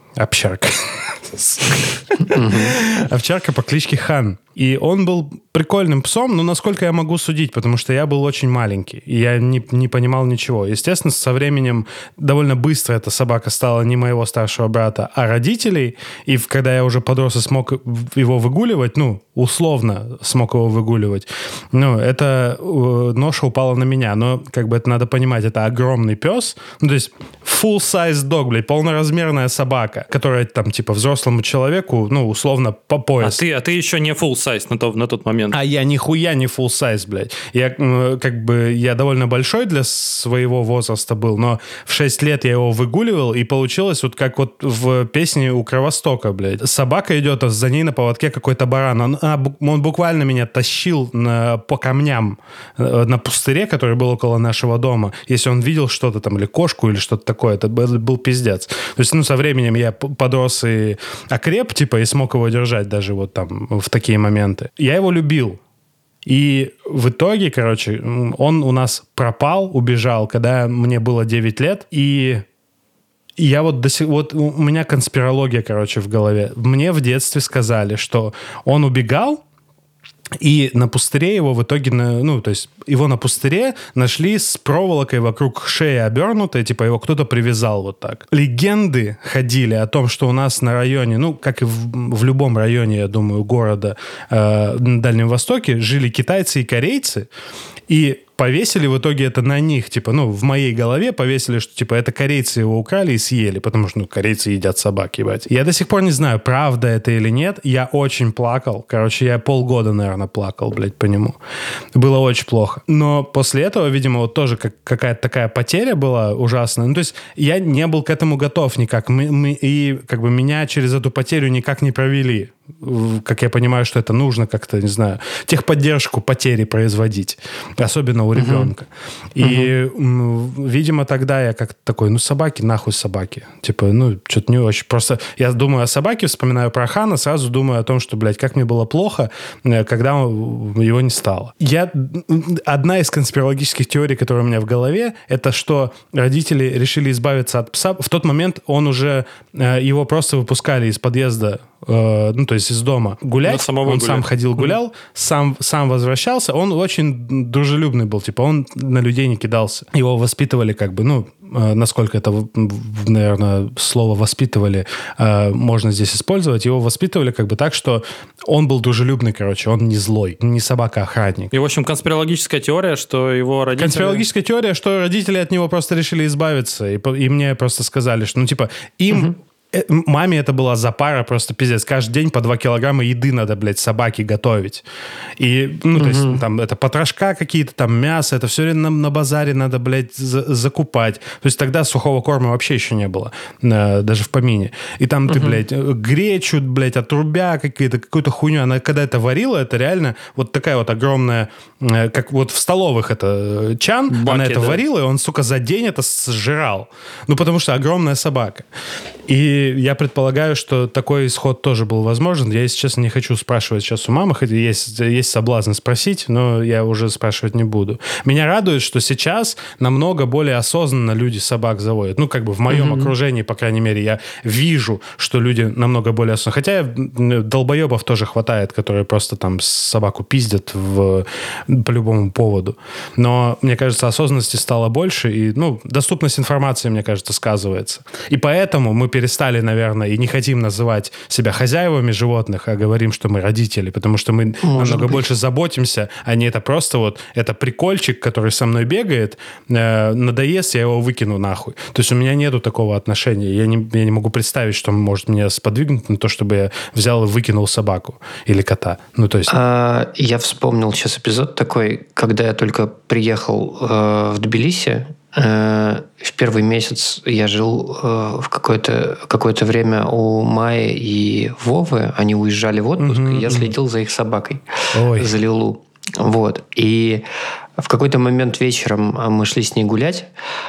Овчарка по кличке Хан. И он был прикольным псом, но насколько я могу судить, потому что я был очень маленький, и я не понимал ничего. Естественно, со временем довольно быстро эта собака стала не моего старшего брата, а родителей. И когда я уже подрос и смог его выгуливать, ну, условно смог его выгуливать, ну, эта ноша упала на меня. Но, как бы это надо понимать, это огромный пес, ну, то есть full-size dog, блядь, полноразмерная собака, которая там, типа, взрослому человеку, ну, условно, по пояс. А ты еще не full-size на тот момент. А я нихуя не full-size, блядь. Я, как бы, я довольно большой для своего возраста был, но в 6 лет я его выгуливал, и получилось вот как вот в песне у Кровостока, блядь. Собака идет, а за ней на поводке какой-то баран. Он буквально меня тащил по камням на пустыре, который был около нашего дома. Если он видел что-то там, или кошку, или что-то такое, это был пиздец. То есть, ну, со временем я подрос и окреп, типа, и смог его держать даже вот там в такие моменты. Я его любил. И в итоге, короче, он у нас пропал, убежал, когда мне было 9 лет. И я вот у меня конспирология, короче, в голове. Мне в детстве сказали, что он убегал, и на пустыре его в итоге, ну, то есть его на пустыре нашли с проволокой вокруг шеи обернутой, типа его кто-то привязал вот так. Легенды ходили о том, что у нас на районе, ну, как и в любом районе, я думаю, города на Дальнем Востоке, жили китайцы и корейцы, и повесили в итоге это на них, типа, ну, в моей голове повесили, что, типа, это корейцы его украли и съели, потому что, ну, корейцы едят собак, ебать. Я до сих пор не знаю, правда это или нет, я очень плакал, короче, я полгода, наверное, плакал, блядь, по нему. Было очень плохо. Но после этого, видимо, вот тоже какая-то такая потеря была ужасная, ну, то есть я не был к этому готов никак, и, как бы, меня через эту потерю никак не провели. Как я понимаю, что это нужно как-то, не знаю, техподдержку потери производить, особенно у ребенка. И, видимо, тогда я как-то такой, ну, собаки, нахуй собаки. Типа, ну, что-то не очень. Просто я думаю о собаке, вспоминаю про Хана, сразу думаю о том, что, блядь, как мне было плохо, когда его не стало. Одна из конспирологических теорий, которая у меня в голове, это что родители решили избавиться от пса. В тот момент его просто выпускали из подъезда, ну, то есть из дома гулять. Он сам ходил, гулял, сам возвращался. Он очень дружелюбный был, типа, он на людей не кидался. Его воспитывали как бы, ну, насколько это, наверное, слово «воспитывали» можно здесь использовать. Его воспитывали как бы так, что он был дружелюбный, короче, он не злой, не собака-охранник. И, в общем, конспирологическая теория, что его родители... Конспирологическая теория, что родители от него просто решили избавиться. И мне просто сказали, что, ну, типа, им... Маме это была запара просто пиздец. Каждый день по 2 килограмма еды надо, блядь, собаке готовить. И, ну, то есть, там, это потрошка какие-то, там, мясо, это все время на базаре надо, блядь, закупать. То есть тогда сухого корма вообще еще не было, даже в помине. И там ты, блядь, гречу, блядь, отрубя какую-то хуйню. Она когда это варила, это реально вот такая вот огромная, как вот в столовых это чан, баки, она это варила, и он, сука, за день это сжирал. Ну, потому что огромная собака. И я предполагаю, что такой исход тоже был возможен. Я, если честно, не хочу спрашивать сейчас у мамы, хотя есть соблазн спросить, но я уже спрашивать не буду. Меня радует, что сейчас намного более осознанно люди собак заводят. Ну, как бы в моем окружении, по крайней мере, я вижу, что люди намного более осознанно. Хотя долбоебов тоже хватает, которые просто там собаку пиздят по любому поводу. Но, мне кажется, осознанности стало больше, и, ну, доступность информации, мне кажется, сказывается. И поэтому мы перестали устали, наверное, и не хотим называть себя хозяевами животных, а говорим, что мы родители, потому что мы намного больше заботимся, а не это просто вот, это прикольчик, который со мной бегает, надоест, я его выкину нахуй. То есть у меня нету такого отношения. Я не могу представить, что может меня сподвигнуть на то, чтобы я взял и выкинул собаку или кота. Ну, то есть... Я вспомнил сейчас эпизод такой, когда я только приехал в Тбилиси. В первый месяц я жил в какое-то время у Майи и Вовы. Они уезжали в отпуск, и я следил за их собакой, за Лилу. Вот. И в какой-то момент вечером мы шли с ней гулять.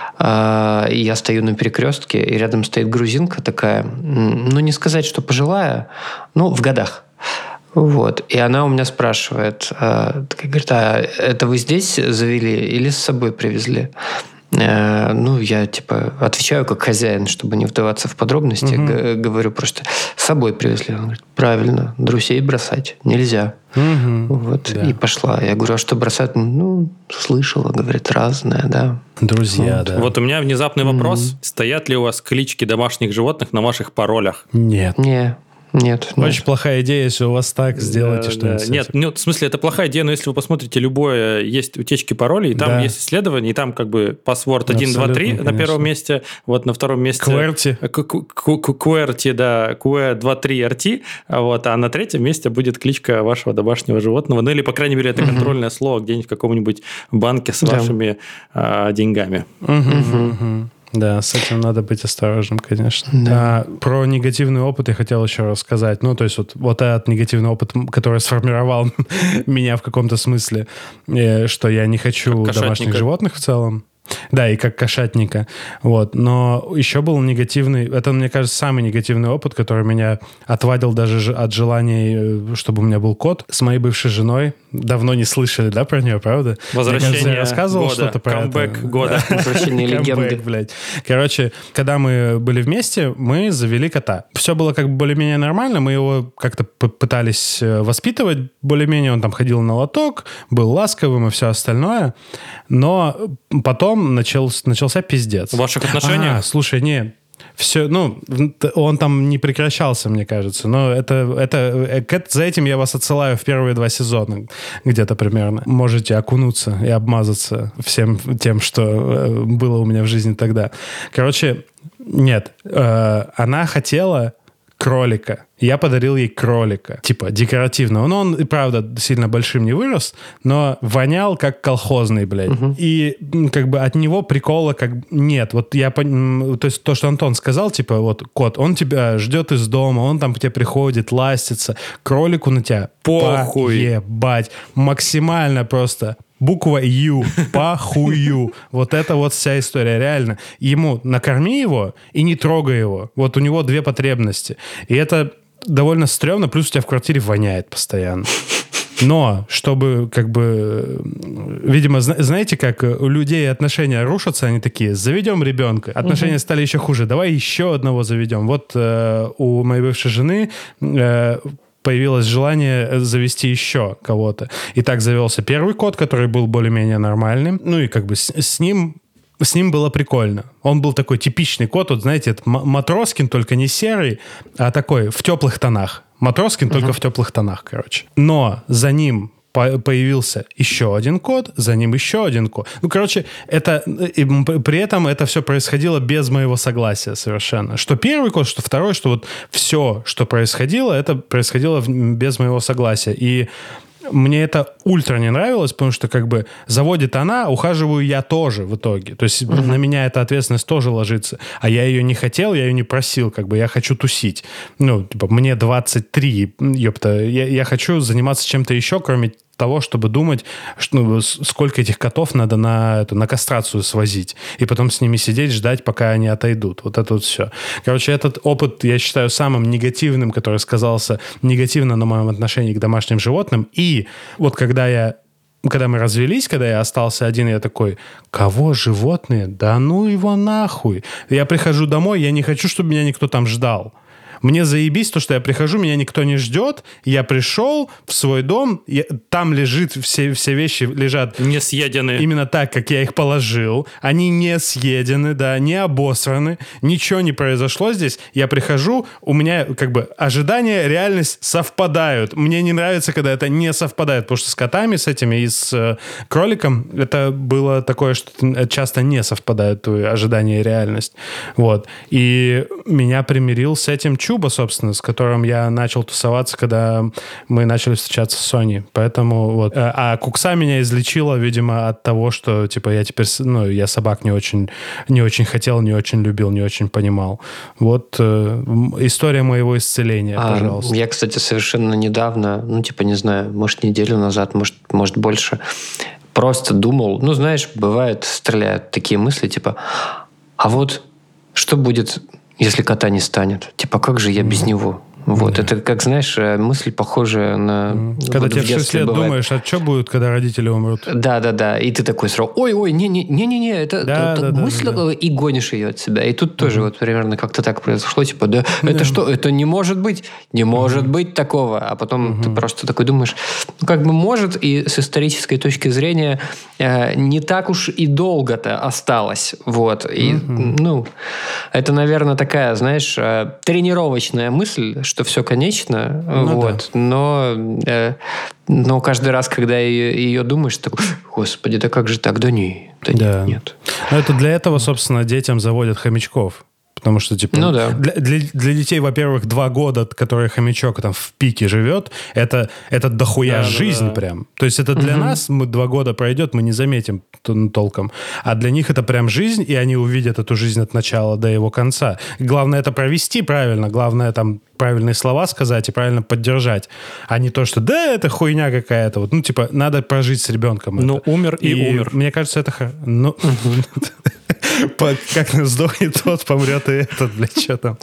Я стою на перекрестке, и рядом стоит грузинка такая, ну, не сказать, что пожилая, но в годах. Вот. И она у меня спрашивает, говорит, а это вы здесь завели или с собой привезли? Ну, я, отвечаю как хозяин, чтобы не вдаваться в подробности. Говорю просто, с собой привезли. Он говорит, правильно, друзей бросать нельзя. Вот. Да. И пошла. Я говорю, а что бросать? Ну, слышала, говорит, разное, да. Друзья, вот. Да. Вот у меня внезапный вопрос. Стоят ли у вас клички домашних животных на ваших паролях? Нет. Нет. Очень плохая идея, если у вас так, сделайте что-нибудь. Нет, в смысле, это плохая идея, но если вы посмотрите любое, есть утечки паролей, и там есть исследования, и там паспорт 1, 2, 3 на первом месте, вот на втором месте... QWERTY. QWERTY, да, QE23RT, вот, а на третьем месте будет кличка вашего домашнего животного, ну или, по крайней мере, это контрольное слово где-нибудь в каком-нибудь банке с вашими деньгами. Да, с этим надо быть осторожным, конечно. Да. Про негативный опыт я хотел еще рассказать. Ну, то есть вот этот негативный опыт, который сформировал меня в каком-то смысле, что я не хочу домашних животных в целом. Да, и как кошатника. Вот. Но еще был негативный... Это, мне кажется, самый негативный опыт, который меня отвадил даже от желания, чтобы у меня был кот. С моей бывшей женой. Давно не слышали, да, про нее, правда? Возвращение я рассказывал года. Что-то про камбэк это. Года. Возвращение легенды. Блядь. Короче, когда мы были вместе, мы завели кота. Все было как бы более-менее нормально. Мы его как-то пытались воспитывать более-менее. Он там ходил на лоток, был ласковым и все остальное. Но потом начался пиздец. В ваших отношениях? Слушай, не... Все, он там не прекращался, мне кажется. Но за этим я вас отсылаю в первые 2 сезона, где-то примерно. Можете окунуться и обмазаться всем тем, что было у меня в жизни тогда. Короче, нет. Она хотела кролика. Я подарил ей кролика. Декоративного. Но он, и правда, сильно большим не вырос, но вонял как колхозный, блядь. И как бы от него прикола как нет. Вот то есть то, что Антон сказал, кот, он тебя ждет из дома, он там к тебе приходит, ластится. Кролику на тебя похуй. Ебать. Максимально просто... Буква Ю, похую. Вот это вот вся история, реально. Ему накорми его и не трогай его. Вот у него 2 потребности. И это довольно стрёмно, плюс у тебя в квартире воняет постоянно. Но, чтобы, видимо, знаете, как у людей отношения рушатся, они такие, заведем ребенка. Отношения стали еще хуже, давай еще одного заведем. Вот у моей бывшей жены... появилось желание завести еще кого-то. И так завелся первый кот, который был более-менее нормальным. Ну и как бы с ним было прикольно. Он был такой типичный кот, вот знаете, это Матроскин, только не серый, а такой в теплых тонах. Матроскин только в теплых тонах, короче. Но за ним появился еще один кот, за ним еще один кот. Ну, короче, при этом это все происходило без моего согласия совершенно. Что первый кот, что второй, что вот все, что происходило, это происходило без моего согласия. И мне это ультра не нравилось, потому что как бы заводит она, ухаживаю я тоже в итоге. То есть на меня эта ответственность тоже ложится. А я ее не хотел, я ее не просил, как бы я хочу тусить. Мне 23, ёпта, я хочу заниматься чем-то еще, кроме того, чтобы думать, сколько этих котов надо на кастрацию свозить. И потом с ними сидеть, ждать, пока они отойдут. Вот это вот все. Короче, этот опыт, я считаю, самым негативным, который сказался негативно на моем отношении к домашним животным. И вот когда мы развелись, когда я остался один, я такой, кого животные? Да ну его нахуй. Я прихожу домой, я не хочу, чтобы меня никто там ждал. Мне заебись то, что я прихожу, меня никто не ждет, я пришел в свой дом, там лежит, все вещи лежат... Не съедены. Именно так, как я их положил. Они не съедены, да, не обосраны, ничего не произошло здесь. Я прихожу, у меня как бы ожидания, реальность совпадают. Мне не нравится, когда это не совпадает, потому что с котами, с этими и с кроликом это было такое, что часто не совпадают твои ожидания и реальность. Вот. И меня примирил с этим Чуба, собственно, с которым я начал тусоваться, когда мы начали встречаться с Соней. Поэтому вот. А Кукса меня излечила, видимо, от того, что типа я теперь, ну, я собак не очень хотел, не очень любил, не очень понимал. Вот история моего исцеления, пожалуйста. Я, кстати, совершенно недавно, ну, типа, не знаю, может, неделю назад, может больше, просто думал, ну, знаешь, бывает, стреляют такие мысли, типа, а вот что будет, если кота не станет? Типа, как же я без него? Вот, это, как, знаешь, мысль похожая на... Когда вот тебе в 6 лет бывает. Думаешь, а что будет, когда родители умрут? Да. И ты такой сразу, ой, не-не-не, это мысль, и гонишь ее от себя. И тут тоже вот примерно как-то так произошло, типа, это что? Это не может быть. Не может быть такого. А потом ты просто такой думаешь, ну, как бы может, и с исторической точки зрения не так уж и долго-то осталось. Вот. И, ну, это, наверное, такая, знаешь, тренировочная мысль, что все конечно, ну, вот, да. Но каждый раз, когда ее думаешь, такой, господи, да как же так? Да нет. Но это для этого, собственно, детям заводят хомячков. Потому что, типа, ну, да. для детей, во-первых, 2 года, которые хомячок там в пике живет, это дохуя жизнь прям. То есть это для нас, 2 года пройдет, мы не заметим толком. А для них это прям жизнь, и они увидят эту жизнь от начала до его конца. Главное это провести правильно, главное там правильные слова сказать и правильно поддержать, а не то, что да, это хуйня какая-то. Вот, ну, типа, надо прожить с ребенком. Ну, умер и умер. Мне кажется, это... Ну, как сдохнет тот, помрет и этот, блядь, что там.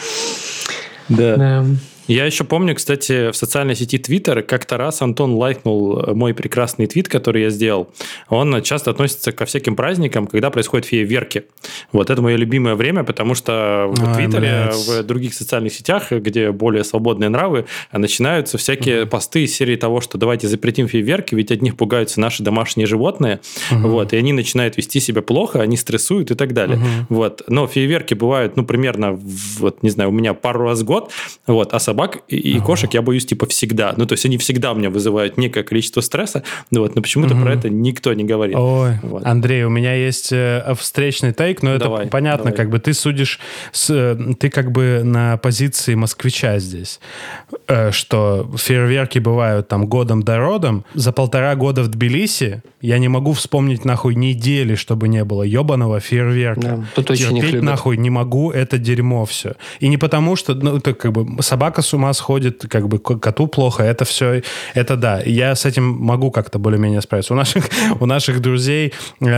Да. Я еще помню, кстати, в социальной сети Twitter как-то раз Антон лайкнул мой прекрасный твит, который я сделал. Он часто относится ко всяким праздникам, когда происходят фейерверки. Вот это мое любимое время, потому что в Твиттере, в других социальных сетях, где более свободные нравы, начинаются всякие посты из серии того, что давайте запретим фейерверки, ведь от них пугаются наши домашние животные, вот, и они начинают вести себя плохо, они стрессуют и так далее. Вот. Но фейерверки бывают, ну, примерно, вот, не знаю, у меня пару раз в год, вот, а собак и кошек я боюсь, типа, всегда. Ну, то есть они всегда у меня вызывают некое количество стресса, вот, но почему-то про это никто не говорит. Ой, вот. Андрей, у меня есть встречный тейк, но это понятно, как бы ты судишь, ты как бы на позиции москвича здесь, что фейерверки бывают там годом да родом. За 1,5 года в Тбилиси я не могу вспомнить нахуй недели, чтобы не было ебаного фейерверка. Да, тут очень терпеть нахуй не могу это дерьмо все. И не потому, что, ну, это как бы собака с ума сходит, как бы коту плохо, это все, это да. Я с этим могу как-то более-менее справиться. У наших друзей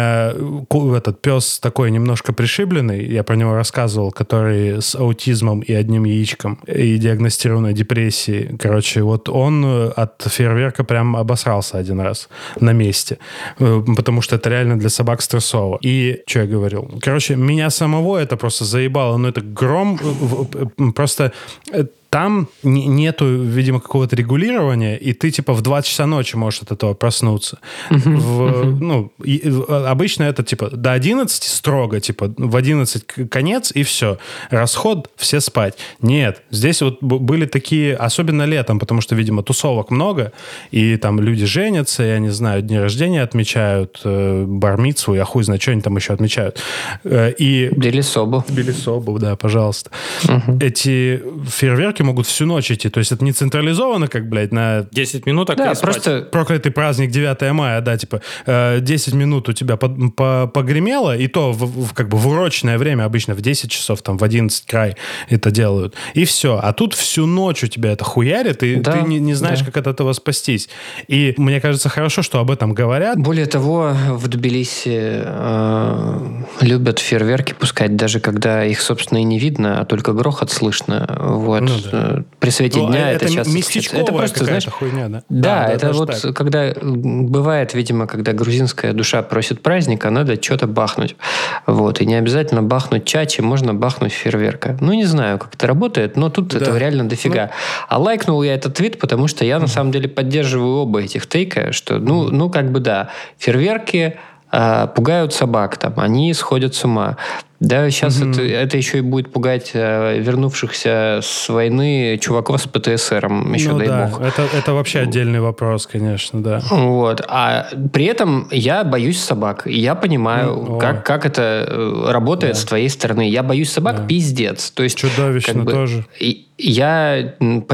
этот пес такой немножко пришибленный, я про него рассказывал, который с аутизмом и одним яичком и диагностированной депрессией. Короче, вот он от фейерверка прям обосрался один раз на месте, потому что это реально для собак стрессово. И что я говорил? Короче, меня самого это просто заебало, но это гром просто... Там нету, видимо, какого-то регулирования, и ты, типа, в 2 часа ночи можешь от этого проснуться. Ну, обычно это, типа, до 11 строго, типа, в 11 конец, и все. Расход, все спать. Нет, здесь вот были такие, особенно летом, потому что, видимо, тусовок много, и там люди женятся, я не знаю, дни рождения отмечают, бар-мицву, я хуй знаю, что они там еще отмечают. И... Белисобу. Белисобу, да, пожалуйста. Эти фейерверки могут всю ночь идти. То есть это не централизовано, как, блядь, на... 10 минут, да, просто... Проклятый праздник 9 мая, да, типа 10 минут у тебя погремело, и то как бы в урочное время, обычно в 10 часов, там в 11 край это делают. И все. А тут всю ночь у тебя это хуярит, и ты не знаешь, как от этого спастись. И мне кажется, хорошо, что об этом говорят. Более того, в Тбилиси любят фейерверки пускать, даже когда их, собственно, и не видно, а только грохот слышно. Вот. Ну, при свете дня это часто... Это просто, знаешь, хуйня, да? Да, это вот так. Когда бывает, видимо, когда грузинская душа просит праздника, надо что-то бахнуть. Вот. И не обязательно бахнуть чачи, можно бахнуть фейерверка. Ну, не знаю, как это работает, но тут этого реально дофига. А лайкнул я этот твит, потому что я на самом деле поддерживаю оба этих тейка, что, как бы да, фейерверки пугают собак, там, они сходят с ума. Да, сейчас это еще и будет пугать вернувшихся с войны чуваков с ПТСРом, еще дай бог. Это вообще отдельный вопрос, конечно, да. Вот. А при этом я боюсь собак. И я понимаю, как это работает с твоей стороны. Я боюсь собак пиздец. То есть, чудовищно тоже. Я,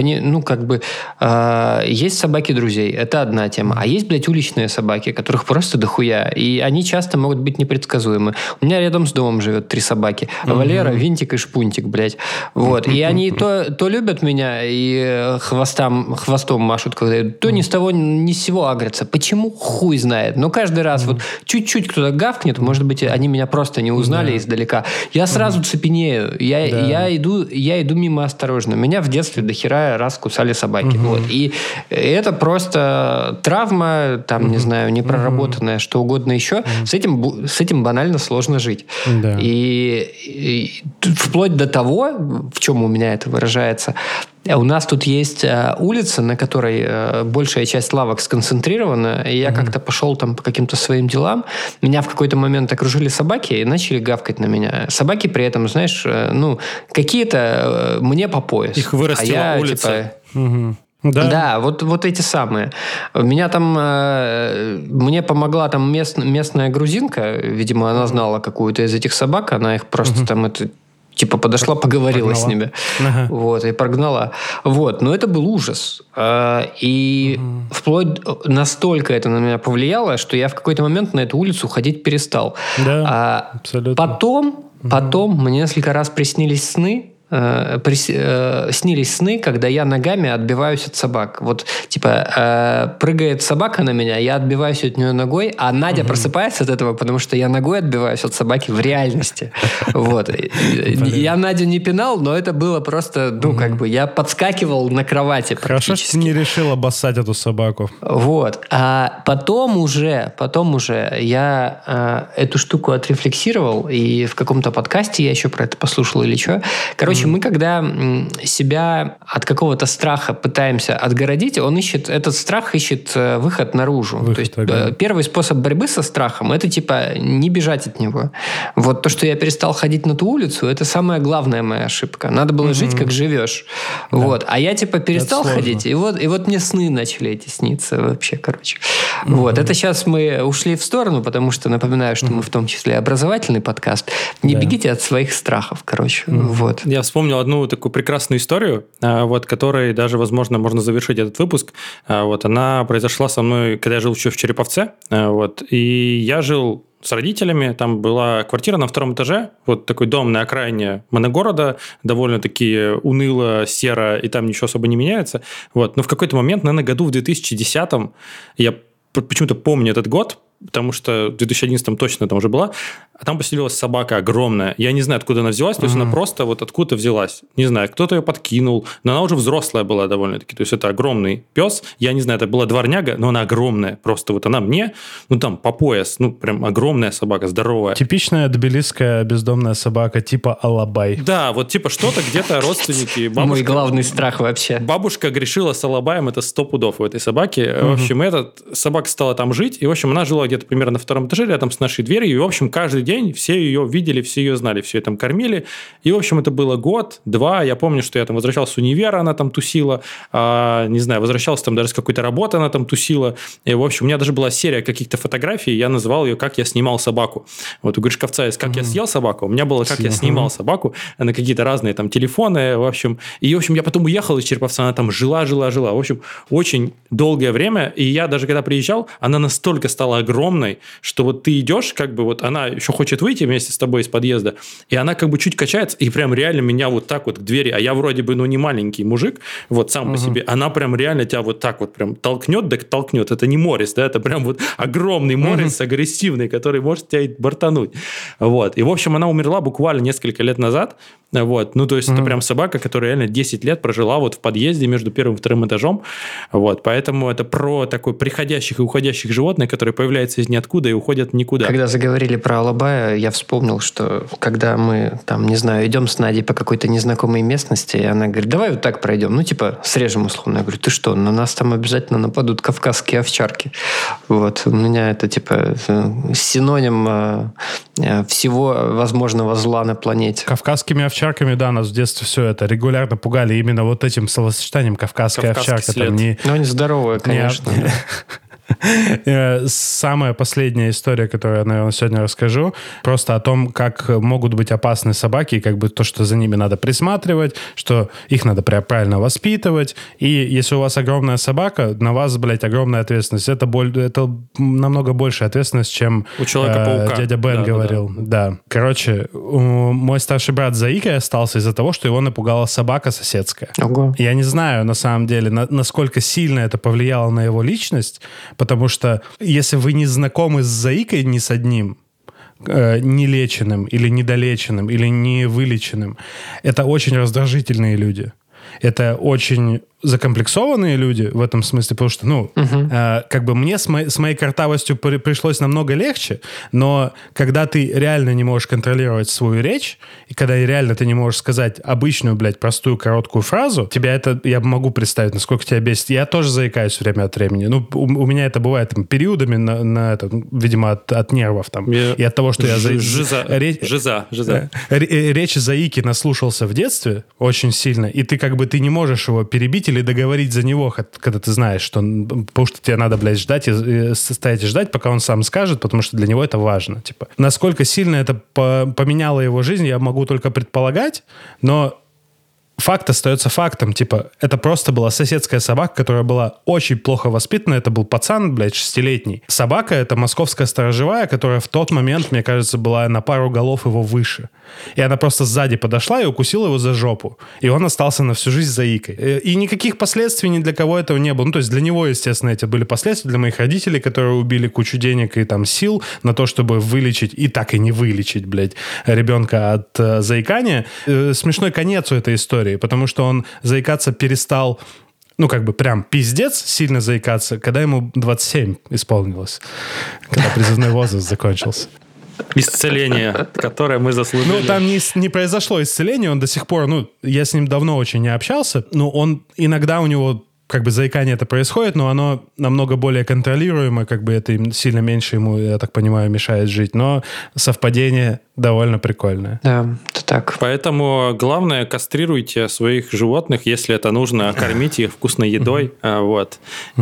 есть собаки друзей, это одна тема. А есть, блядь, уличные собаки, которых просто дохуя. И они часто могут быть непредсказуемы. У меня рядом с домом живет 3 собаки. Валера, Винтик и Шпунтик, блядь. Вот. И они то любят меня и хвостом машут, то ни с того ни с сего агрятся. Почему? Хуй знает. Но каждый раз вот чуть-чуть кто-то гавкнет, может быть, они меня просто не узнали издалека. Я сразу цепенею. Я иду мимо осторожно. Меня в детстве дохера раз кусали собаки. Вот. И это просто травма, там, не знаю, непроработанная, что угодно еще. С этим банально сложно жить. Да. И вплоть до того, в чем у меня это выражается, у нас тут есть улица, на которой большая часть лавок сконцентрирована, и я как-то пошел там по каким-то своим делам. Меня в какой-то момент окружили собаки и начали гавкать на меня. Собаки при этом, знаешь, какие-то мне по пояс. Их вырастила улица. Да, вот эти самые. Меня там, мне помогла там местная грузинка, видимо, она знала какую-то из этих собак, она их просто там подошла, поговорила с ними. Вот, и прогнала. Вот, но это был ужас. И вплоть настолько это на меня повлияло, что я в какой-то момент на эту улицу ходить перестал. Да, абсолютно. Потом мне несколько раз приснились сны, когда я ногами отбиваюсь от собак. Вот, прыгает собака на меня, я отбиваюсь от нее ногой, а Надя просыпается от этого, потому что я ногой отбиваюсь от собаки в реальности. Вот. Я Надю не пинал, но это было просто, я подскакивал на кровати практически. Хорошо, что ты не решил обоссать эту собаку. Вот. А потом уже я эту штуку отрефлексировал, и в каком-то подкасте я еще про это послушал или что. Короче, мы когда себя от какого-то страха пытаемся отгородить, этот страх ищет выход наружу. То есть первый способ борьбы со страхом — это не бежать от него. Вот то, что я перестал ходить на ту улицу, это самая главная моя ошибка. Надо было жить, как живешь. Да. Вот. А я перестал ходить, и вот мне сны начали эти сниться вообще, короче. Вот. Это сейчас мы ушли в сторону, потому что напоминаю, что мы в том числе образовательный подкаст. Не бегите от своих страхов, короче. Вот. Я вспомнил одну такую прекрасную историю, которой даже, возможно, можно завершить этот выпуск. Она произошла со мной, когда я жил еще в Череповце. И я жил с родителями, там была квартира на 2-м этаже, вот такой дом на окраине моногорода, довольно-таки уныло, серо, и там ничего особо не меняется. Но в какой-то момент, наверное, году в 2010-м, я почему-то помню этот год, потому что в 2011-м точно там уже была, а там поселилась собака огромная. Я не знаю, откуда она взялась, то есть она просто откуда-то взялась. Не знаю, кто-то ее подкинул, но она уже взрослая была довольно-таки. То есть это огромный пес. Я не знаю, это была дворняга, но она огромная. Просто она мне, по пояс, прям огромная собака, здоровая. Типичная тбилисская бездомная собака типа Алабай. Да, что-то где-то родственники. Мой главный страх вообще. Бабушка грешила с Алабаем, это 100 пудов у этой собаки. В общем, собака стала там жить, и, в общем, она жила где-то примерно на 2-м этаже, рядом с нашей дверью, и, в общем, каждый день все ее видели, все ее знали, все ее там кормили. И, в общем, это было год-два. Я помню, что я там возвращался с универа, она там тусила. Не знаю, возвращался там даже с какой-то работы, она там тусила. И, в общем, у меня даже была серия каких-то фотографий, я называл ее «Как я снимал собаку». У Гришковца есть «Как я съел собаку», у меня было «Как я снимал собаку» на какие-то разные там телефоны, в общем. И, в общем, я потом уехал из Череповца, она там жила. В общем, очень долгое время. И я даже когда приезжал, она настолько стала огромной, что ты идешь, она еще хочет выйти вместе с тобой из подъезда, и она чуть качается, и прям реально меня так к двери, а я вроде бы, не маленький мужик, сам по себе, она прям реально тебя прям толкнет, это не Моррис, да, это прям огромный Моррис, агрессивный, который может тебя и бортануть. И, в общем, она умерла буквально несколько лет назад, Вот. Ну, то есть, это прям собака, которая реально 10 лет прожила вот в подъезде между первым и вторым этажом. Вот. Поэтому это про такой приходящих и уходящих животных, которые появляются из ниоткуда и уходят никуда. Когда заговорили про Алабая, я вспомнил, что когда мы, там, не знаю, идем с Надей по какой-то незнакомой местности, и она говорит, давай вот так пройдем, ну, типа, срежем условно. Я говорю, ты что, на нас там обязательно нападут кавказские овчарки. Вот. У меня это, типа, синоним всего возможного зла на планете. Кавказскими овчарками, да, нас в детстве все это регулярно пугали именно вот этим словосочетанием кавказская овчарка. Там не, но они здоровые, конечно. Самая последняя история, которую я, наверное, сегодня расскажу, просто о том, как могут быть опасны собаки, и как бы то, что за ними надо присматривать, что их надо правильно воспитывать, и если у вас огромная собака, на вас, блядь, огромная ответственность. Это намного большая ответственность, чем у Человека-паука. Дядя Бен говорил. Да. Короче, мой старший брат заикой остался из-за того, что его напугала собака соседская. Ого. Я не знаю, на самом деле, насколько сильно это повлияло на его личность, потому что если вы не знакомы с заикой ни с одним, нелеченным или недолеченным, или не вылеченным, это очень раздражительные люди. Это очень закомплексованные люди в этом смысле, потому что, как бы мне с моей картавостью пришлось намного легче, но когда ты реально не можешь контролировать свою речь, и когда реально ты не можешь сказать обычную, блядь, простую, короткую фразу, я могу представить, насколько тебя бесит. Я тоже заикаюсь время от времени. Ну, у меня это бывает там, периодами, видимо, от нервов там, и от того, что я... Жиза. Речи заики наслушался в детстве очень сильно, и ты как бы ты не можешь его перебить или договорить за него, когда ты знаешь, что потому что тебе надо, блядь, ждать и стоять и ждать, пока он сам скажет, потому что для него это важно. Типа, насколько сильно это поменяло его жизнь, я могу только предполагать, но факт остается фактом. Типа, это просто была соседская собака, которая была очень плохо воспитана. Это был пацан, блядь, 6-летний. Собака — это московская сторожевая, которая в тот момент, мне кажется, была на пару голов его выше. И она просто сзади подошла и укусила его за жопу. И он остался на всю жизнь заикой. И никаких последствий ни для кого этого не было. Ну, то есть для него, естественно, эти были последствия. Для моих родителей, которые убили кучу денег и там сил на то, чтобы вылечить, и так и не вылечить, блядь, ребенка от заикания. Смешной конец у этой истории, потому что он заикаться перестал, ну, как бы прям пиздец сильно заикаться, когда ему 27 исполнилось, когда призывной возраст закончился. Исцеление, которое мы заслужили. Ну, там не произошло исцеление, он до сих пор, я с ним давно очень не общался, но иногда у него как бы заикание это происходит, но оно намного более контролируемо, как бы это сильно меньше ему, я так понимаю, мешает жить, но совпадение довольно прикольное. Да, это так. Поэтому главное, кастрируйте своих животных, если это нужно, кормите их вкусной едой, вот.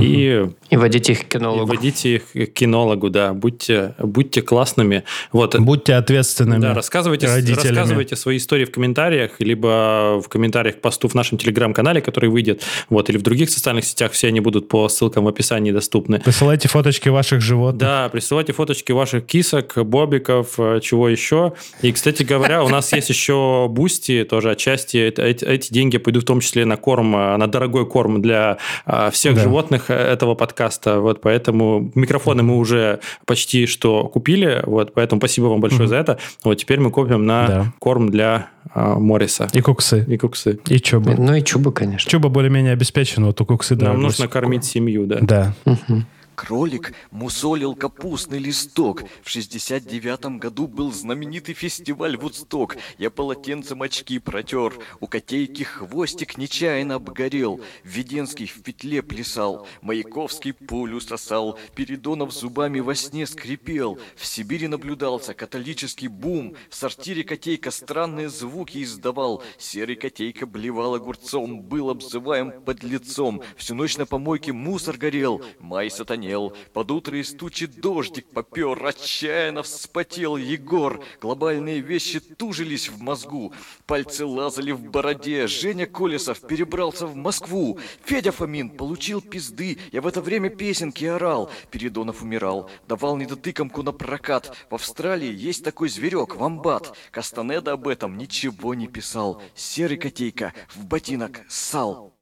И водите их к кинологу. И водите их к кинологу, да. Будьте классными. Вот. Будьте ответственными. Да, рассказывайте свои истории в комментариях, либо в комментариях к посту в нашем телеграм-канале, который выйдет, вот, или в других социальных сетях, все они будут по ссылкам в описании доступны. Присылайте фоточки ваших животных. Да, присылайте фоточки ваших кисок, бобиков, чего еще. И, кстати говоря, у нас есть еще Бусти, тоже отчасти. Эти деньги пойдут в том числе на корм, на дорогой корм для всех животных этого подкаста. Вот, поэтому микрофоны мы уже почти что купили. Вот, поэтому спасибо вам большое за это. Вот, теперь мы копим на корм для Морриса. И куксы. И Чуба. Ну и Чуба, конечно. Чуба более-менее обеспечен, вот у куксы. Нам нужно кормить семью, да. Да. Кролик мусолил капустный листок. В 69-м году был знаменитый фестиваль Вудсток. Я полотенцем очки протер. У котейки хвостик нечаянно обгорел. Введенский в петле плясал. Маяковский пулю сосал. Передонов зубами во сне скрипел. В Сибири наблюдался католический бум. В сортире котейка странные звуки издавал. Серый котейка блевал огурцом. Был обзываем подлецом. Всю ночь на помойке мусор горел. Май сатанел. Под утро из тучи дождик попер. Отчаянно вспотел Егор. Глобальные вещи тужились в мозгу. Пальцы лазали в бороде. Женя Колесов перебрался в Москву. Федя Фомин получил пизды. Я в это время песенки орал. Передонов умирал. Давал недотыкомку на прокат. В Австралии есть такой зверек, вомбат. Кастанеда об этом ничего не писал. Серый котейка в ботинок ссал.